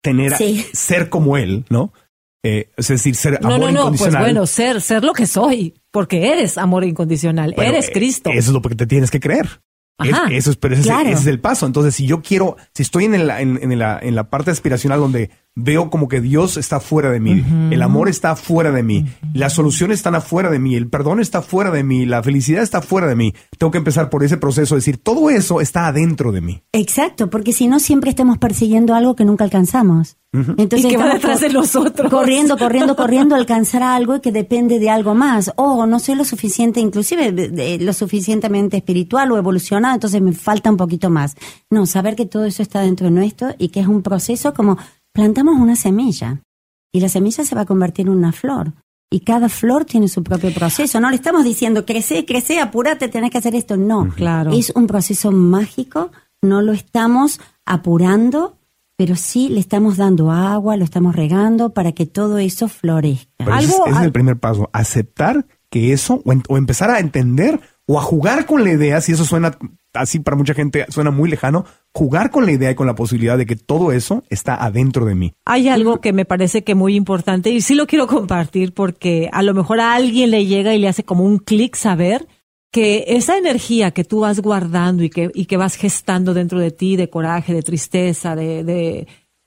ser como él, ¿no? Es decir, ser amor incondicional. Pues bueno, ser lo que soy, porque eres amor incondicional, pero eres Cristo. Eso es lo que te tienes que creer. Ese es el paso. Entonces, si estoy en la parte aspiracional donde veo como que Dios está fuera de mí, el amor está fuera de mí, las soluciones están afuera de mí, el perdón está fuera de mí, la felicidad está fuera de mí, tengo que empezar por ese proceso de decir, todo eso está adentro de mí. Exacto, porque si no siempre estamos persiguiendo algo que nunca alcanzamos. Entonces, y que va detrás de nosotros. Corriendo, alcanzar algo que depende de algo más. O no soy lo suficiente, inclusive lo suficientemente espiritual o evolucionado, entonces me falta un poquito más. No, saber que todo eso está dentro de nuestro y que es un proceso como plantamos una semilla y la semilla se va a convertir en una flor. Y cada flor tiene su propio proceso. No le estamos diciendo, crece, apúrate, tenés que hacer esto. No, claro. Es un proceso mágico, no lo estamos apurando, pero sí le estamos dando agua, lo estamos regando para que todo eso florezca. Ese es el primer paso, aceptar que eso, o empezar a entender o a jugar con la idea, si eso suena así para mucha gente, suena muy lejano, jugar con la idea y con la posibilidad de que todo eso está adentro de mí. Hay algo que me parece que muy importante y sí lo quiero compartir porque a lo mejor a alguien le llega y le hace como un clic saber que esa energía que tú vas guardando y que vas gestando dentro de ti, de coraje, de tristeza, de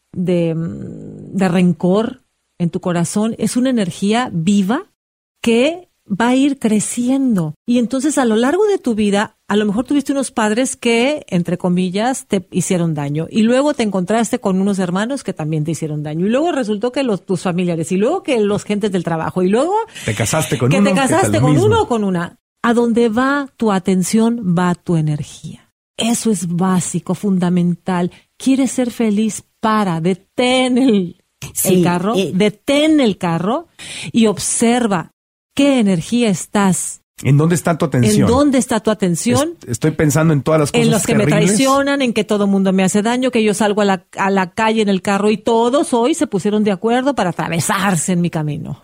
rencor en tu corazón, es una energía viva que va a ir creciendo. Y entonces a lo largo de tu vida, a lo mejor tuviste unos padres que, entre comillas, te hicieron daño. Y luego te encontraste con unos hermanos que también te hicieron daño. Y luego resultó que tus familiares, y luego que los gentes del trabajo, y luego te casaste con uno o con una. A donde va tu atención, va tu energía. Eso es básico, fundamental. ¿Quieres ser feliz? Detén el carro y observa qué energía estás. ¿En dónde está tu atención? Estoy pensando en todas las cosas en los que terribles. me traicionan, en que todo mundo me hace daño, que yo salgo a la calle en el carro y todos hoy se pusieron de acuerdo para atravesarse en mi camino.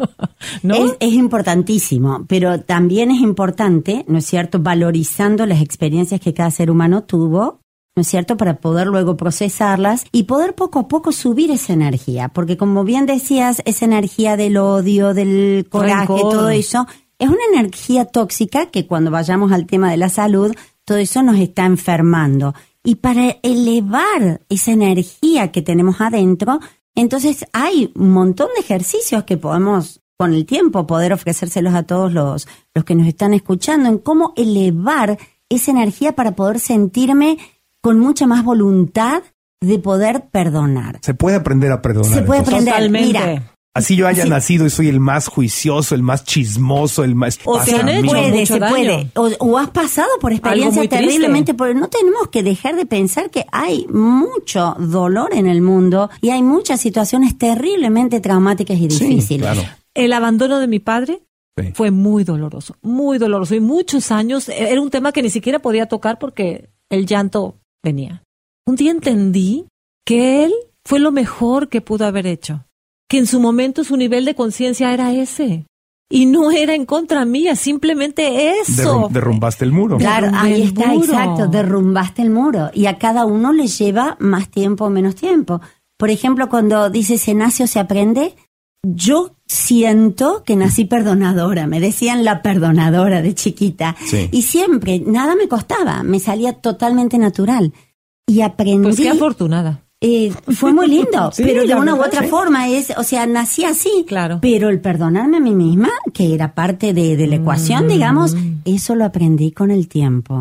¿No? Es importantísimo, pero también es importante, ¿no es cierto?, valorizando las experiencias que cada ser humano tuvo, ¿no es cierto?, para poder luego procesarlas y poder poco a poco subir esa energía. Porque como bien decías, esa energía del odio, del coraje, rencor, todo eso, es una energía tóxica que cuando vayamos al tema de la salud, todo eso nos está enfermando. Y para elevar esa energía que tenemos adentro, entonces hay un montón de ejercicios que podemos, con el tiempo, poder ofrecérselos a todos los que nos están escuchando, en cómo elevar esa energía para poder sentirme con mucha más voluntad de poder perdonar. Se puede aprender a perdonar. Se puede aprender. Totalmente. Mira, así yo haya nacido y soy el más juicioso, el más chismoso, el más... O te han hecho mucho daño. Puede. O has pasado por experiencias terriblemente, porque no tenemos que dejar de pensar que hay mucho dolor en el mundo y hay muchas situaciones terriblemente traumáticas y difíciles. Sí, claro. El abandono de mi padre fue muy doloroso y muchos años era un tema que ni siquiera podía tocar porque el llanto venía. Un día entendí que él fue lo mejor que pudo haber hecho, que en su momento su nivel de conciencia era ese y no era en contra mía, simplemente eso. Derrumbaste el muro. Claro, ahí está, exacto, derrumbaste el muro y a cada uno le lleva más tiempo o menos tiempo. Por ejemplo, cuando dice se nace o se aprende, yo siento que nací perdonadora, me decían la perdonadora de chiquita, y siempre, nada me costaba, me salía totalmente natural y aprendí. Pues qué afortunada. Fue muy lindo, pero de una u otra forma nací así, claro. Pero el perdonarme a mí misma, que era parte de la ecuación, digamos, eso lo aprendí con el tiempo.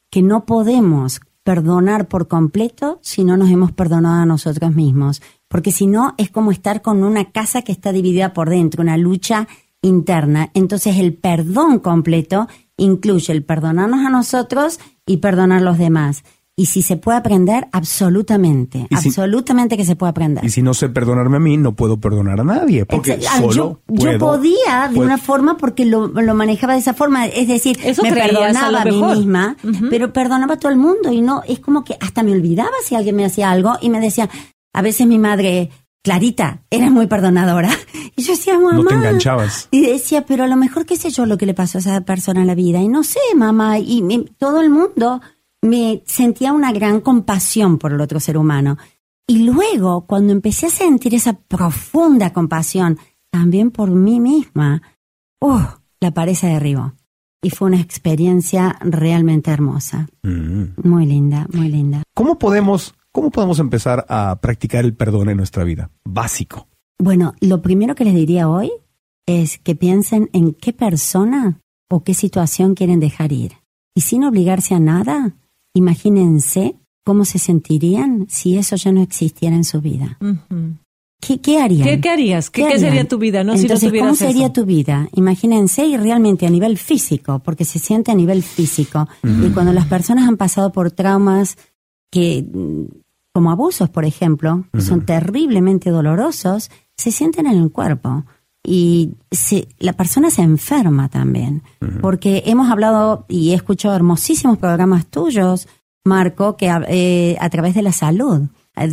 que no podemos perdonar por completo si no nos hemos perdonado a nosotros mismos. Porque si no, es como estar con una casa que está dividida por dentro, una lucha interna. Entonces, el perdón completo incluye el perdonarnos a nosotros y perdonar a los demás. Y si se puede aprender, absolutamente. Absolutamente que se puede aprender. Y si no sé perdonarme a mí, no puedo perdonar a nadie. Porque yo podía de una forma porque lo manejaba de esa forma. Es decir, eso me perdonaba a mí misma, uh-huh, pero perdonaba a todo el mundo. Y no, es como que hasta me olvidaba si alguien me hacía algo y me decía, a veces mi madre, Clarita, eres muy perdonadora. Y yo decía, mamá. No te enganchabas. Y decía, pero a lo mejor qué sé yo lo que le pasó a esa persona en la vida. Y no sé, mamá. Y todo el mundo me sentía una gran compasión por el otro ser humano. Y luego, cuando empecé a sentir esa profunda compasión, también por mí misma, la pared se derribó. Y fue una experiencia realmente hermosa. Muy linda, muy linda. ¿Cómo podemos empezar a practicar el perdón en nuestra vida? Básico. Bueno, lo primero que les diría hoy es que piensen en qué persona o qué situación quieren dejar ir. Y sin obligarse a nada, imagínense cómo se sentirían si eso ya no existiera en su vida. Uh-huh. ¿Qué harían? ¿Qué harías? ¿Qué sería tu vida? Entonces, si no tuvieras ¿cómo sería eso? tu vida? Imagínense, y realmente a nivel físico, porque se siente a nivel físico. Y cuando las personas han pasado por traumas como abusos, por ejemplo, que son terriblemente dolorosos, se sienten en el cuerpo. Y la persona se enferma también. Porque hemos hablado y he escuchado hermosísimos programas tuyos, Marco, que a través de la salud,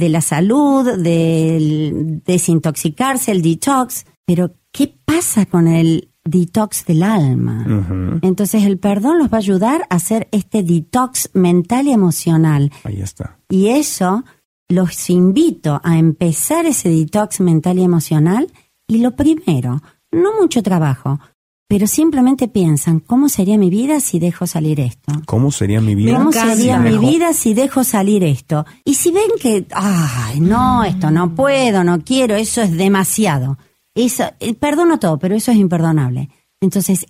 del desintoxicarse, el detox. Pero, ¿qué pasa con el detox del alma? Entonces, el perdón los va a ayudar a hacer este detox mental y emocional. Ahí está. Y eso, los invito a empezar ese detox mental y emocional. Y lo primero, no mucho trabajo, pero simplemente piensan, ¿cómo sería mi vida si dejo salir esto? ¿Cómo sería mi vida? ¿Cómo sería mi vida si dejo salir esto? Y si ven que, no, esto no puedo, no quiero, eso es demasiado. Perdono todo, pero eso es imperdonable. Entonces,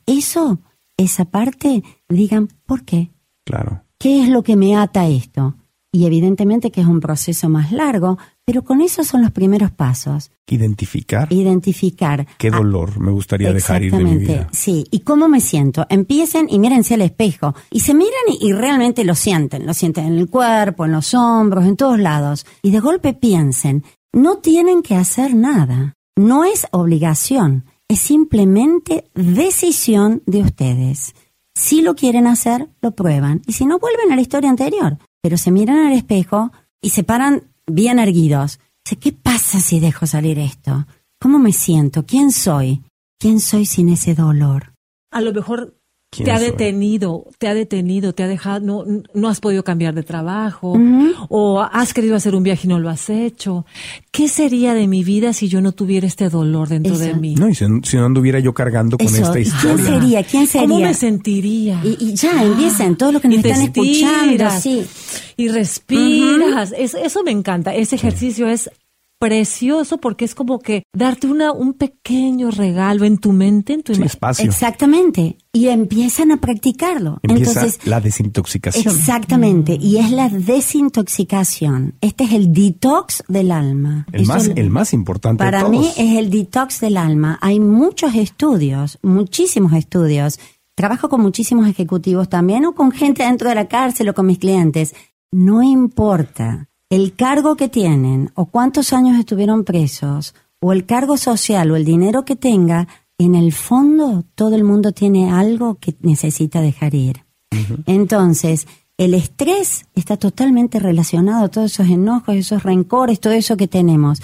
esa parte, digan, ¿por qué? Claro. ¿Qué es lo que me ata a esto? Y evidentemente que es un proceso más largo, pero con eso son los primeros pasos. Identificar. Qué dolor me gustaría dejar ir de mi vida. Sí. ¿Y cómo me siento? Empiecen y mírense al espejo. Y se miran y realmente lo sienten. Lo sienten en el cuerpo, en los hombros, en todos lados. Y de golpe piensen, no tienen que hacer nada. No es obligación. Es simplemente decisión de ustedes. Si lo quieren hacer, lo prueban. Y si no, vuelven a la historia anterior. Pero se miran al espejo y se paran bien erguidos. ¿Qué pasa si dejo salir esto? ¿Cómo me siento? ¿Quién soy? ¿Quién soy sin ese dolor? A lo mejor te ha detenido, te ha dejado, no has podido cambiar de trabajo, o has querido hacer un viaje y no lo has hecho. ¿Qué sería de mi vida si yo no tuviera este dolor dentro de mí? No, y si no anduviera yo cargando con esta historia. ¿Quién sería? ¿Cómo me sentiría? Y ya empiezan todos los que nos están escuchando. Sí. Y respiras. Eso me encanta. Ese ejercicio es precioso porque es como que darte un pequeño regalo en tu mente, en tu espacio. Exactamente. Y empiezan a practicarlo. Entonces, la desintoxicación. Exactamente. Y es la desintoxicación. Este es el detox del alma. El más importante de todos. Para mí es el detox del alma. Hay muchos estudios, muchísimos estudios. Trabajo con muchísimos ejecutivos también o con gente dentro de la cárcel o con mis clientes. No importa el cargo que tienen o cuántos años estuvieron presos o el cargo social o el dinero que tenga, en el fondo todo el mundo tiene algo que necesita dejar ir. Entonces, el estrés está totalmente relacionado a todos esos enojos, esos rencores, todo eso que tenemos.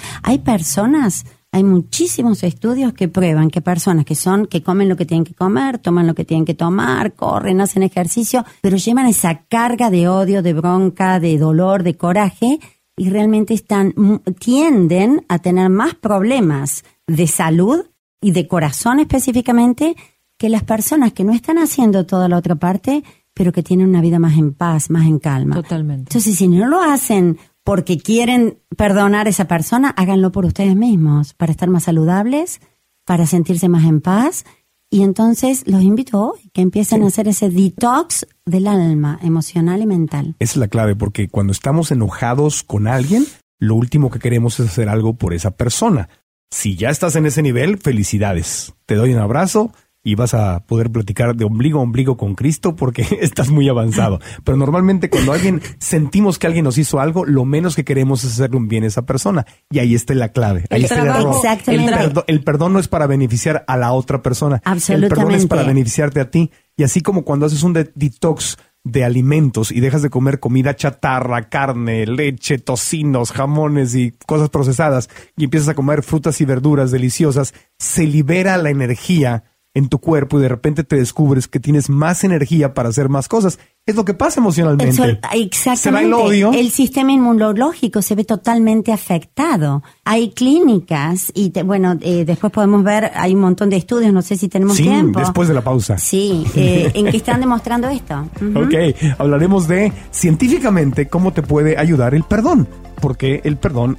Hay muchísimos estudios que prueban que personas que comen lo que tienen que comer, toman lo que tienen que tomar, corren, hacen ejercicio, pero llevan esa carga de odio, de bronca, de dolor, de coraje, y realmente tienden a tener más problemas de salud y de corazón específicamente que las personas que no están haciendo toda la otra parte, pero que tienen una vida más en paz, más en calma. Totalmente. Entonces, si no lo hacen porque quieren perdonar a esa persona, háganlo por ustedes mismos, para estar más saludables, para sentirse más en paz Y entonces los invito hoy que empiecen a hacer ese detox del alma, emocional y mental. Esa es la clave, porque cuando estamos enojados con alguien, lo último que queremos es hacer algo por esa persona. Si ya estás en ese nivel, felicidades. Te doy un abrazo y vas a poder platicar de ombligo a ombligo con Cristo porque estás muy avanzado. Pero normalmente cuando sentimos que alguien nos hizo algo, lo menos que queremos es hacerle un bien a esa persona. Y ahí está la clave. Ahí está el error. Exactamente. El perdón no es para beneficiar a la otra persona. Absolutamente. El perdón es para beneficiarte a ti. Y así como cuando haces un detox de alimentos y dejas de comer comida chatarra, carne, leche, tocinos, jamones y cosas procesadas y empiezas a comer frutas y verduras deliciosas, se libera la energía en tu cuerpo y de repente te descubres que tienes más energía para hacer más cosas. Es lo que pasa emocionalmente. Exactamente. Se va el odio. El sistema inmunológico se ve totalmente afectado. Hay clínicas y después podemos ver, hay un montón de estudios, no sé si tenemos tiempo. Sí, después de la pausa. Sí, en que están demostrando esto. Uh-huh. Ok, hablaremos de científicamente cómo te puede ayudar el perdón. Porque el perdón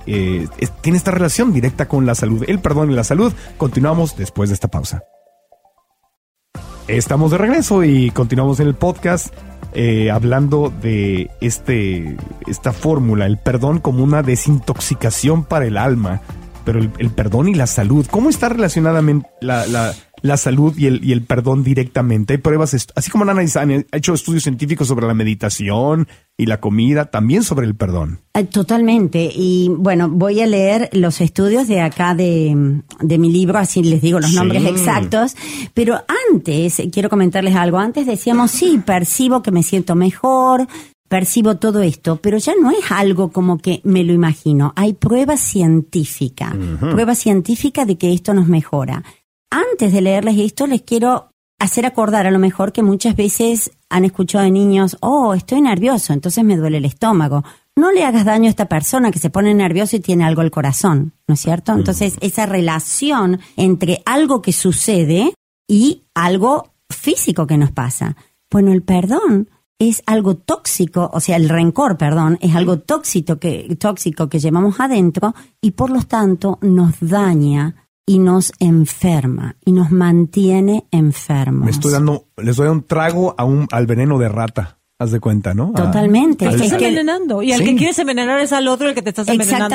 tiene esta relación directa con la salud. El perdón y la salud. Continuamos después de esta pausa. Estamos de regreso y continuamos en el podcast hablando de esta fórmula, el perdón como una desintoxicación para el alma. Pero el perdón y la salud, ¿cómo está relacionada la salud y el perdón directamente? Hay pruebas, así como han hecho estudios científicos sobre la meditación y la comida, también sobre el perdón. Totalmente. Y bueno, voy a leer los estudios de acá de mi libro, así les digo los nombres exactos. Pero antes, quiero comentarles algo. Antes decíamos, sí, percibo que me siento mejor, percibo todo esto, pero ya no es algo como que me lo imagino. Hay prueba científica de que esto nos mejora. Antes de leerles esto, les quiero hacer acordar a lo mejor que muchas veces han escuchado de niños, estoy nervioso, entonces me duele el estómago. No le hagas daño a esta persona que se pone nervioso y tiene algo al corazón, ¿no es cierto? Entonces, esa relación entre algo que sucede y algo físico que nos pasa. Bueno, el perdón es algo tóxico, o sea, el rencor, perdón, es algo tóxico que llevamos adentro y por lo tanto nos daña y nos enferma y nos mantiene enfermos. Les doy un trago al veneno de rata. Haz de cuenta, ¿no? Totalmente. Te estás envenenando. Y al que quieres envenenar es al otro, el que te estás envenenando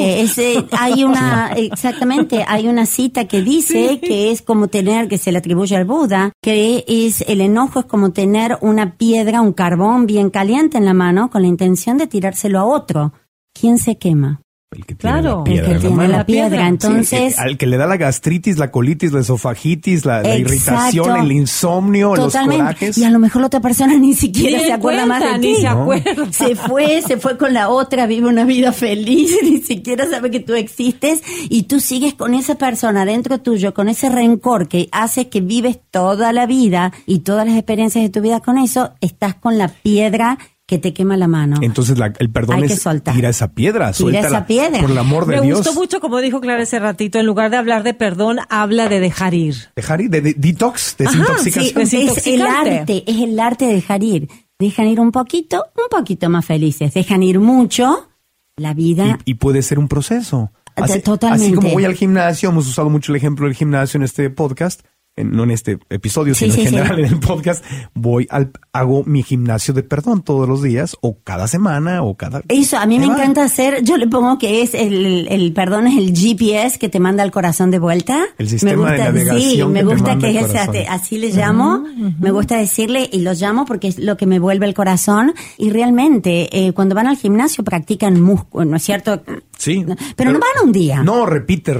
Exactamente. Hay una cita que dice que es como que se le atribuye al Buda, que el enojo es como tener una piedra, un carbón bien caliente en la mano con la intención de tirárselo a otro. ¿Quién se quema? El que tiene la piedra. Entonces, al que le da la gastritis, la colitis, la esofagitis, la irritación, el insomnio, totalmente. Los corajes. Y a lo mejor la otra persona ni siquiera se acuerda más de ti. Se acuerda. Se fue con la otra, vive una vida feliz, ni siquiera sabe que tú existes y tú sigues con esa persona dentro tuyo, con ese rencor que hace que vives toda la vida y todas las experiencias de tu vida con eso, estás con la piedra que te quema la mano. Entonces el perdón es tira esa piedra, suéltala, por el amor de Dios. Me gustó mucho, como dijo Clara hace ratito, en lugar de hablar de perdón, habla de dejar ir. Dejar ir, de detox, desintoxicación. Sí, es el arte de dejar ir. Dejan ir un poquito más felices. Dejan ir mucho, la vida. Y puede ser un proceso. Totalmente. Así como voy al gimnasio, hemos usado mucho el ejemplo del gimnasio en este podcast, no en este episodio, sino en general en el podcast, hago mi gimnasio de perdón todos los días, o cada semana, o cada... Eso, a mí me encanta hacer, yo le pongo que es el perdón es el GPS que te manda al corazón de vuelta. El sistema de navegación. Sí, me gusta que es así le llamo, me gusta decirle, y lo llamo porque es lo que me vuelve el corazón, y realmente, cuando van al gimnasio practican músculo, ¿no es cierto? Sí. Pero no van un día. No, repites.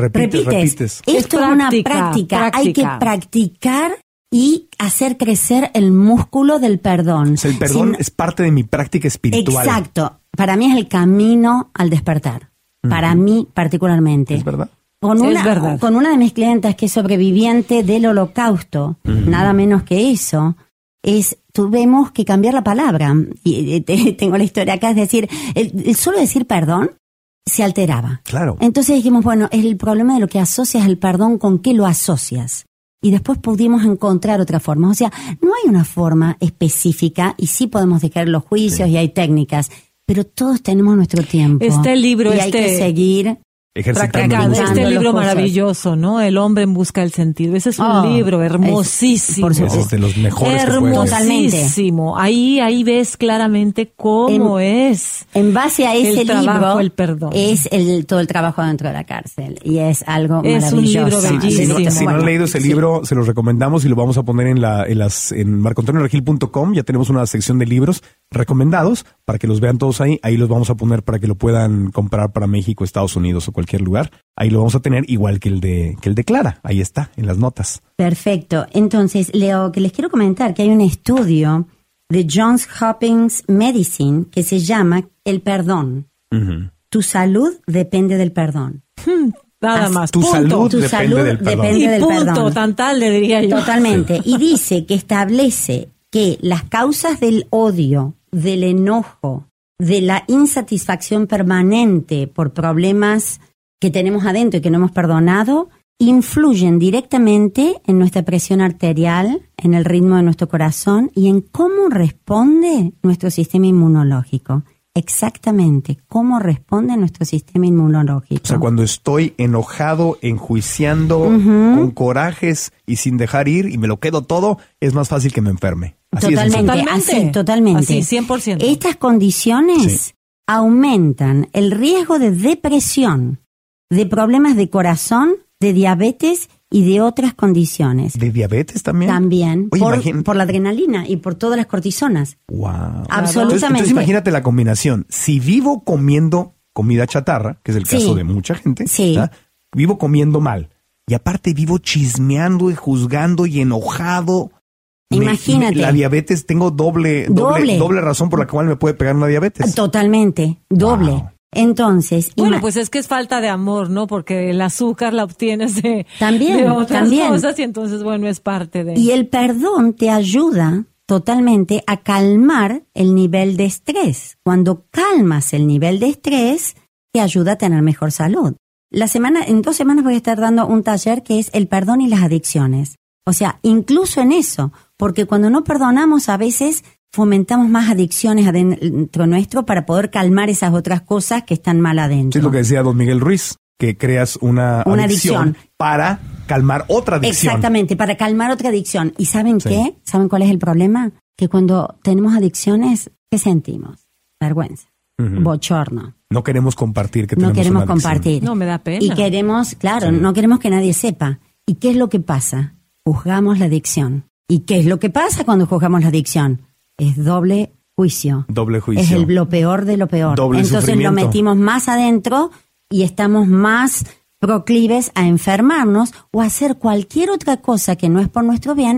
Esto es una práctica. Hay que practicar y hacer crecer el músculo del perdón. O sea, el perdón es parte de mi práctica espiritual. Exacto. Para mí es el camino al despertar. Para mí particularmente. ¿Es verdad? Es verdad. Con una de mis clientas que es sobreviviente del Holocausto, nada menos que eso, tuvimos que cambiar la palabra. Y tengo la historia acá, es decir, el solo decir perdón se alteraba. Claro. Entonces dijimos, bueno, el problema de lo que asocias el perdón, ¿con qué lo asocias? Y después pudimos encontrar otra forma. O sea, no hay una forma específica y sí podemos dejar los juicios y hay técnicas, pero todos tenemos nuestro tiempo. Este libro, y hay que seguir Ejercitando. Este libro los cosas. maravilloso, ¿no? El hombre en busca del sentido. Ese es un libro hermosísimo. Es de los mejores que puede haber. Hermosísimo. Ahí ves claramente cómo es. En base a ese el trabajo, libro, el perdón. es todo el trabajo dentro de la cárcel. Y es algo Es maravilloso. un libro bellísimo. Si no han leído ese libro, se los recomendamos y lo vamos a poner en marcoantonioregil.com. Ya tenemos una sección de libros recomendados para que los vean todos ahí. Ahí los vamos a poner para que lo puedan comprar para México, Estados Unidos o cualquier lugar. Ahí lo vamos a tener igual que el de Clara. Ahí está, en las notas. Perfecto. Entonces, Leo, que les quiero comentar que hay un estudio de Johns Hopkins Medicine que se llama El perdón. Uh-huh. Tu salud depende del perdón. Nada más. Tu salud Tu depende salud del perdón. depende Y del punto, perdón. tan tal le diría yo. Totalmente. Y dice que establece que las causas del odio, del enojo, de la insatisfacción permanente por problemas que tenemos adentro y que no hemos perdonado, influyen directamente en nuestra presión arterial, en el ritmo de nuestro corazón y en cómo responde nuestro sistema inmunológico. Exactamente, cómo responde nuestro sistema inmunológico. O sea, cuando estoy enojado, enjuiciando, con corajes y sin dejar ir y me lo quedo todo, es más fácil que me enferme. Así es. Totalmente. Así, 100%. Estas condiciones aumentan el riesgo de depresión, de problemas de corazón, de diabetes y de otras condiciones. ¿De diabetes también? También, Oye, por la adrenalina y por todas las cortisonas. Wow. Absolutamente. Entonces imagínate la combinación. Si vivo comiendo comida chatarra, que es el caso de mucha gente, ¿verdad? Vivo comiendo mal y aparte vivo chismeando y juzgando y enojado. Imagínate. La diabetes, tengo doble razón por la cual me puede pegar una diabetes. Totalmente, doble. Wow. Entonces, Bueno, pues es que es falta de amor, ¿no? Porque el azúcar la obtienes de otras también. cosas y entonces, bueno, es parte de... Y el perdón te ayuda totalmente a calmar el nivel de estrés. Cuando calmas el nivel de estrés, te ayuda a tener mejor salud. En 2 semanas voy a estar dando un taller que es el perdón y las adicciones. O sea, incluso en eso, porque cuando no perdonamos a veces fomentamos más adicciones adentro nuestro para poder calmar esas otras cosas que están mal adentro. Es lo que decía don Miguel Ruiz, que creas una adicción para calmar otra adicción. Exactamente, para calmar otra adicción. ¿Y saben qué? ¿Saben cuál es el problema? Que cuando tenemos adicciones, ¿qué sentimos? Vergüenza, bochorno. No queremos compartir que no tenemos queremos una adicción. compartir. No, me da pena. Y queremos, no queremos que nadie sepa. ¿Y qué es lo que pasa? Juzgamos la adicción. ¿Y qué es lo que pasa cuando juzgamos la adicción? Es doble juicio. Doble juicio. Es lo peor de lo peor. Doble Entonces sufrimiento. lo metimos más adentro y estamos más proclives a enfermarnos o a hacer cualquier otra cosa que no es por nuestro bien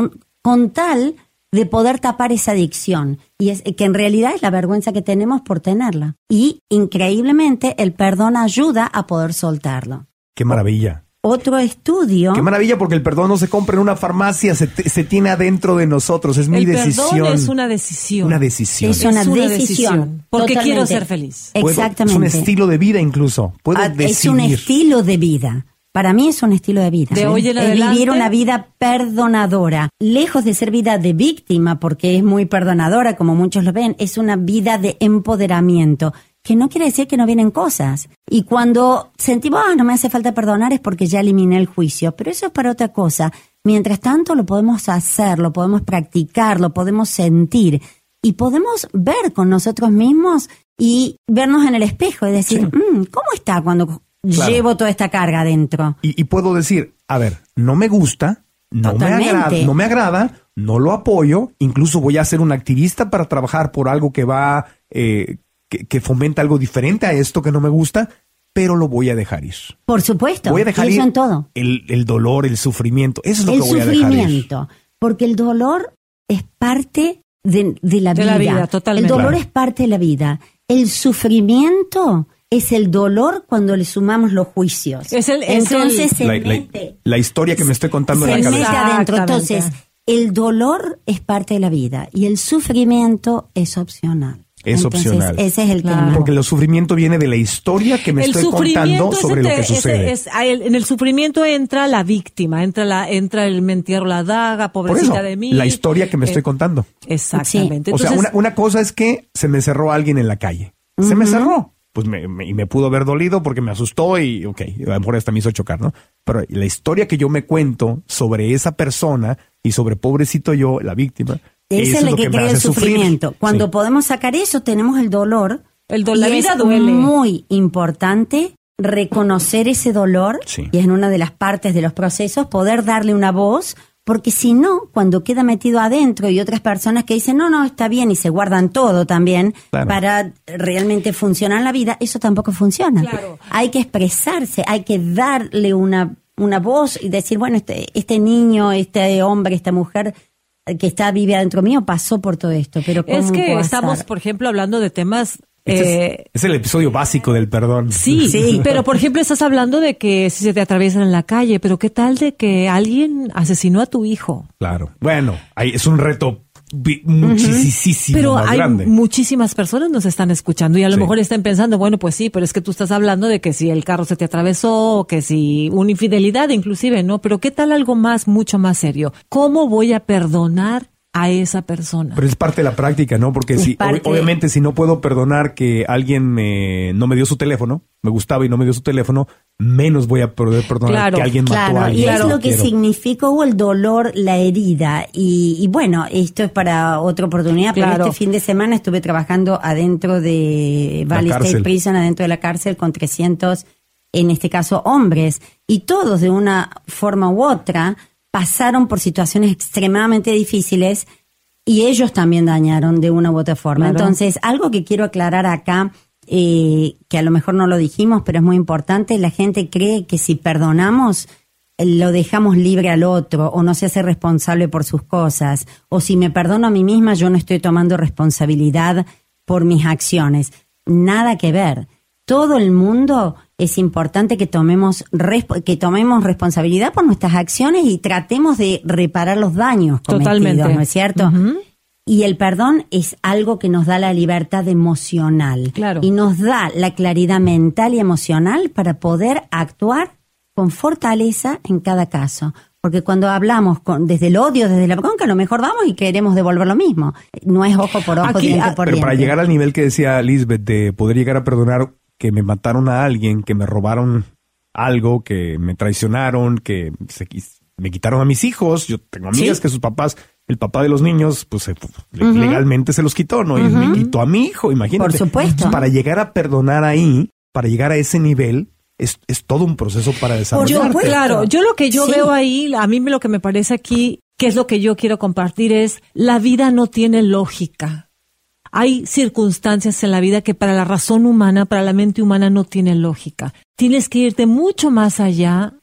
con tal de poder tapar esa adicción. Y es que en realidad es la vergüenza que tenemos por tenerla. Y increíblemente el perdón ayuda a poder soltarlo. ¡Qué maravilla! Otro estudio... ¡Qué maravilla! Porque el perdón no se compra en una farmacia, se tiene adentro de nosotros, es mi decisión. El perdón es una decisión. Una decisión. Es una decisión. Porque Totalmente. quiero ser feliz. Exactamente. Es un estilo de vida incluso. Puedo decidir. Es un estilo de vida. Para mí es un estilo de vida. De hoy en es adelante, vivir una vida perdonadora. Lejos de ser vida de víctima, porque es muy perdonadora, como muchos lo ven, es una vida de empoderamiento. Que no quiere decir que no vienen cosas. Y cuando sentimos, no me hace falta perdonar, es porque ya eliminé el juicio. Pero eso es para otra cosa. Mientras tanto, lo podemos hacer, lo podemos practicar, lo podemos sentir. Y podemos ver con nosotros mismos y vernos en el espejo y decir, ¿cómo está cuando llevo toda esta carga adentro? Y puedo decir, a ver, no me gusta, no me agrada, no lo apoyo, incluso voy a ser un activista para trabajar por algo que va... Que fomenta algo diferente a esto que no me gusta, pero lo voy a dejar ir. Por supuesto. Voy a dejar ir en todo. El dolor, el sufrimiento. Eso es lo que voy a dejar ir. El sufrimiento. Porque el dolor es parte de la vida. De la vida, totalmente. El dolor es parte de la vida. El sufrimiento es el dolor cuando le sumamos los juicios. Entonces la historia que me estoy contando en la cabeza. Se mete adentro. Entonces, el dolor es parte de la vida y el sufrimiento es opcional. Es opcional. Ese es el tema. Porque el sufrimiento viene de la historia que me estoy contando sobre lo que sucede. En el sufrimiento entra la víctima, entra el me entierro la daga, pobrecita de mí. La historia que me estoy contando. Exactamente. Sí. Entonces, o sea, una cosa es que se me cerró alguien en la calle. Se me cerró. pues me pudo haber dolido porque me asustó y, ok, a lo mejor hasta me hizo chocar, ¿no? Pero la historia que yo me cuento sobre esa persona y sobre pobrecito yo, la víctima, eso es lo que crea el sufrimiento. Sufrir. Cuando podemos sacar eso, tenemos el dolor. La vida duele. Es muy importante reconocer ese dolor, y es una de las partes de los procesos, poder darle una voz, porque si no, cuando queda metido adentro y otras personas que dicen, no, está bien, y se guardan todo también, para realmente funcionar en la vida, eso tampoco funciona. Claro. Hay que expresarse, hay que darle una voz y decir, bueno, este niño, este hombre, esta mujer que vive adentro mío pasó por todo esto, pero ¿cómo es que puedo estamos, hacer? por ejemplo, hablando de temas... es el episodio básico del perdón. Sí, pero por ejemplo estás hablando de que si se te atraviesan en la calle, pero ¿qué tal de que alguien asesinó a tu hijo? Claro. Bueno, es un reto muchísimo pero más grande. Pero hay muchísimas personas nos están escuchando y a lo mejor están pensando, bueno, pues sí, pero es que tú estás hablando de que si el carro se te atravesó o que si una infidelidad inclusive, ¿no? Pero ¿qué tal algo más, mucho más serio? ¿Cómo voy a perdonar a esa persona? Pero es parte de la práctica, ¿no? Porque obviamente si no puedo perdonar que alguien no me dio su teléfono, me gustaba y no me dio su teléfono, menos voy a poder perdonar que alguien mató a alguien. Y es lo que significó el dolor, la herida. Y bueno, esto es para otra oportunidad, pero este fin de semana estuve trabajando adentro de Valley State Prison, adentro de la cárcel, con 300, en este caso, hombres. Y todos, de una forma u otra, pasaron por situaciones extremadamente difíciles y ellos también dañaron de una u otra forma. Claro. Entonces, algo que quiero aclarar acá, que a lo mejor no lo dijimos, pero es muy importante, la gente cree que si perdonamos, lo dejamos libre al otro o no se hace responsable por sus cosas, o si me perdono a mí misma, yo no estoy tomando responsabilidad por mis acciones. Nada que ver. Todo el mundo es importante que tomemos responsabilidad por nuestras acciones y tratemos de reparar los daños cometidos. Totalmente. ¿No es cierto? Uh-huh. Y el perdón es algo que nos da la libertad emocional. Claro. Y nos da la claridad mental y emocional para poder actuar con fortaleza en cada caso. Porque cuando hablamos desde el odio, desde la bronca, a lo mejor vamos y queremos devolver lo mismo. No es ojo por ojo, diente por diente. Pero para llegar al nivel que decía Lisbeth, de poder llegar a perdonar que me mataron a alguien, que me robaron algo, que me traicionaron, que me quitaron a mis hijos. Yo tengo amigas que sus papás, el papá de los niños, pues legalmente se los quitó, ¿no? Y me quitó a mi hijo, imagínate. Por supuesto. Para llegar a perdonar ahí, para llegar a ese nivel, es todo un proceso para desarrollar. Claro, yo lo que yo veo ahí, a mí lo que me parece aquí, que es lo que yo quiero compartir, es la vida no tiene lógica. Hay circunstancias en la vida que para la razón humana, para la mente humana no tienen lógica. Tienes que irte mucho más allá,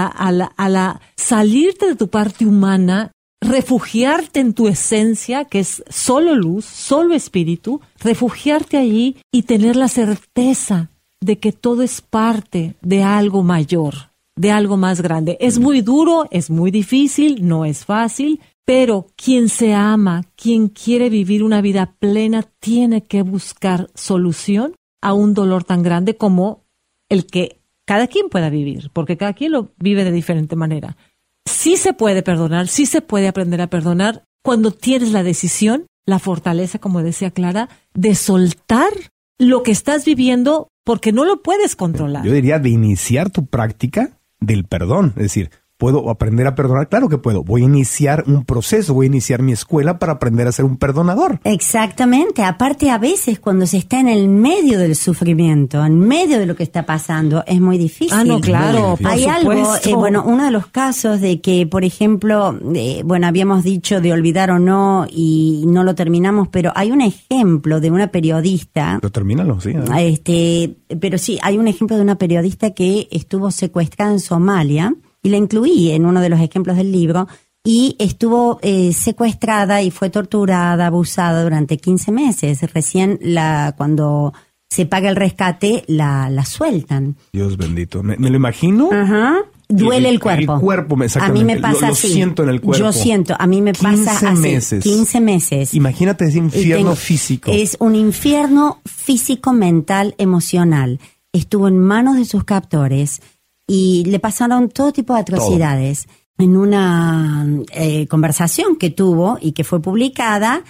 salirte de tu parte humana, refugiarte en tu esencia, que es solo luz, solo espíritu, refugiarte allí y tener la certeza de que todo es parte de algo mayor, de algo más grande. Es muy duro, es muy difícil, no es fácil, pero quien se ama, quien quiere vivir una vida plena, tiene que buscar solución a un dolor tan grande como el que cada quien pueda vivir, porque cada quien lo vive de diferente manera. Sí se puede perdonar, sí se puede aprender a perdonar cuando tienes la decisión, la fortaleza, como decía Clara, de soltar lo que estás viviendo porque no lo puedes controlar. Yo diría de iniciar tu práctica del perdón, es decir, ¿puedo aprender a perdonar? Claro que puedo. Voy a iniciar un proceso, voy a iniciar mi escuela para aprender a ser un perdonador. Exactamente. Aparte, a veces cuando se está en el medio del sufrimiento, en medio de lo que está pasando, es muy difícil. No, claro. Hay algo, uno de los casos de que, por ejemplo, habíamos dicho de olvidar o no y no lo terminamos, pero hay un ejemplo de una periodista. Pero termínalo, sí. Pero sí, hay un ejemplo de una periodista que estuvo secuestrada en Somalia. Y la incluí en uno de los ejemplos del libro, y estuvo secuestrada y fue torturada, abusada durante 15 meses. Recién cuando se paga el rescate, la sueltan. Dios bendito. ¿Me lo imagino? Ajá. Duele el cuerpo. El cuerpo, exactamente. A mí me pasa así. Lo siento en el cuerpo. Yo siento, a mí me pasa así. 15 meses. Imagínate ese infierno físico. Es un infierno físico, mental, emocional. Estuvo en manos de sus captores y le pasaron todo tipo de atrocidades. En una conversación que tuvo y que fue publicada,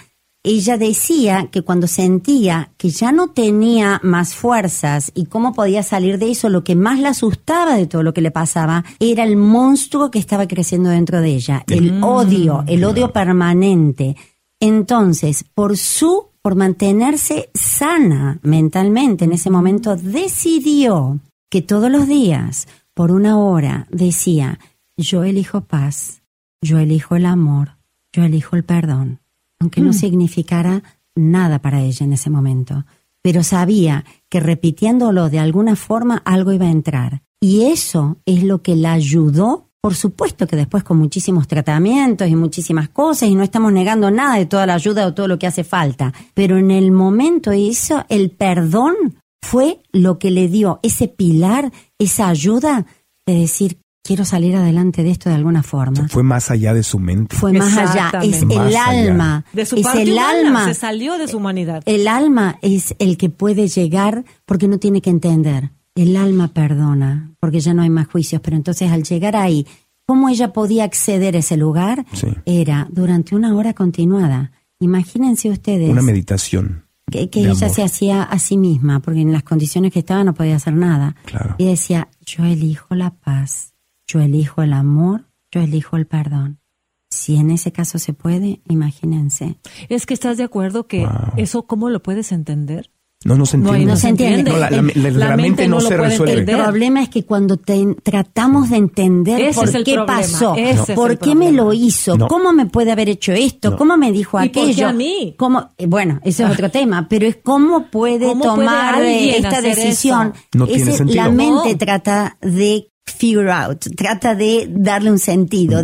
ella decía que cuando sentía que ya no tenía más fuerzas y cómo podía salir de eso, lo que más la asustaba de todo lo que le pasaba era el monstruo que estaba creciendo dentro de ella, el odio permanente. Entonces, por mantenerse sana mentalmente en ese momento, decidió que todos los días, por 1 hora, decía: yo elijo paz, yo elijo el amor, yo elijo el perdón. Aunque no significara nada para ella en ese momento. Pero sabía que repitiéndolo de alguna forma algo iba a entrar. Y eso es lo que la ayudó, por supuesto que después con muchísimos tratamientos y muchísimas cosas, y no estamos negando nada de toda la ayuda o todo lo que hace falta. Pero en el momento el perdón fue lo que le dio ese pilar, esa ayuda de decir: quiero salir adelante de esto de alguna forma. Fue más allá de su mente. Fue más allá, es el alma. De su parte humana, se salió de su humanidad. El alma es el que puede llegar porque no tiene que entender. El alma perdona porque ya no hay más juicios. Pero entonces al llegar ahí, ¿cómo ella podía acceder a ese lugar? Sí. Era durante 1 hora continuada. Imagínense ustedes. Una meditación. Que ella se hacía a sí misma porque en las condiciones que estaba no podía hacer nada. Claro. Y decía: yo elijo la paz. Yo elijo el amor, yo elijo el perdón. Si en ese caso se puede, imagínense. Es que estás de acuerdo que eso, ¿cómo lo puedes entender? No se entiende. No se entiende. No, la mente no se resuelve. El problema es que cuando tratamos de entender por qué pasó, por qué me lo hizo, cómo me puede haber hecho esto, cómo me dijo aquello. ¿Y por qué a mí? Bueno, ese es otro tema, pero es cómo puede tomar esta decisión. No tiene sentido. La mente trata de figure out, trata de darle un sentido,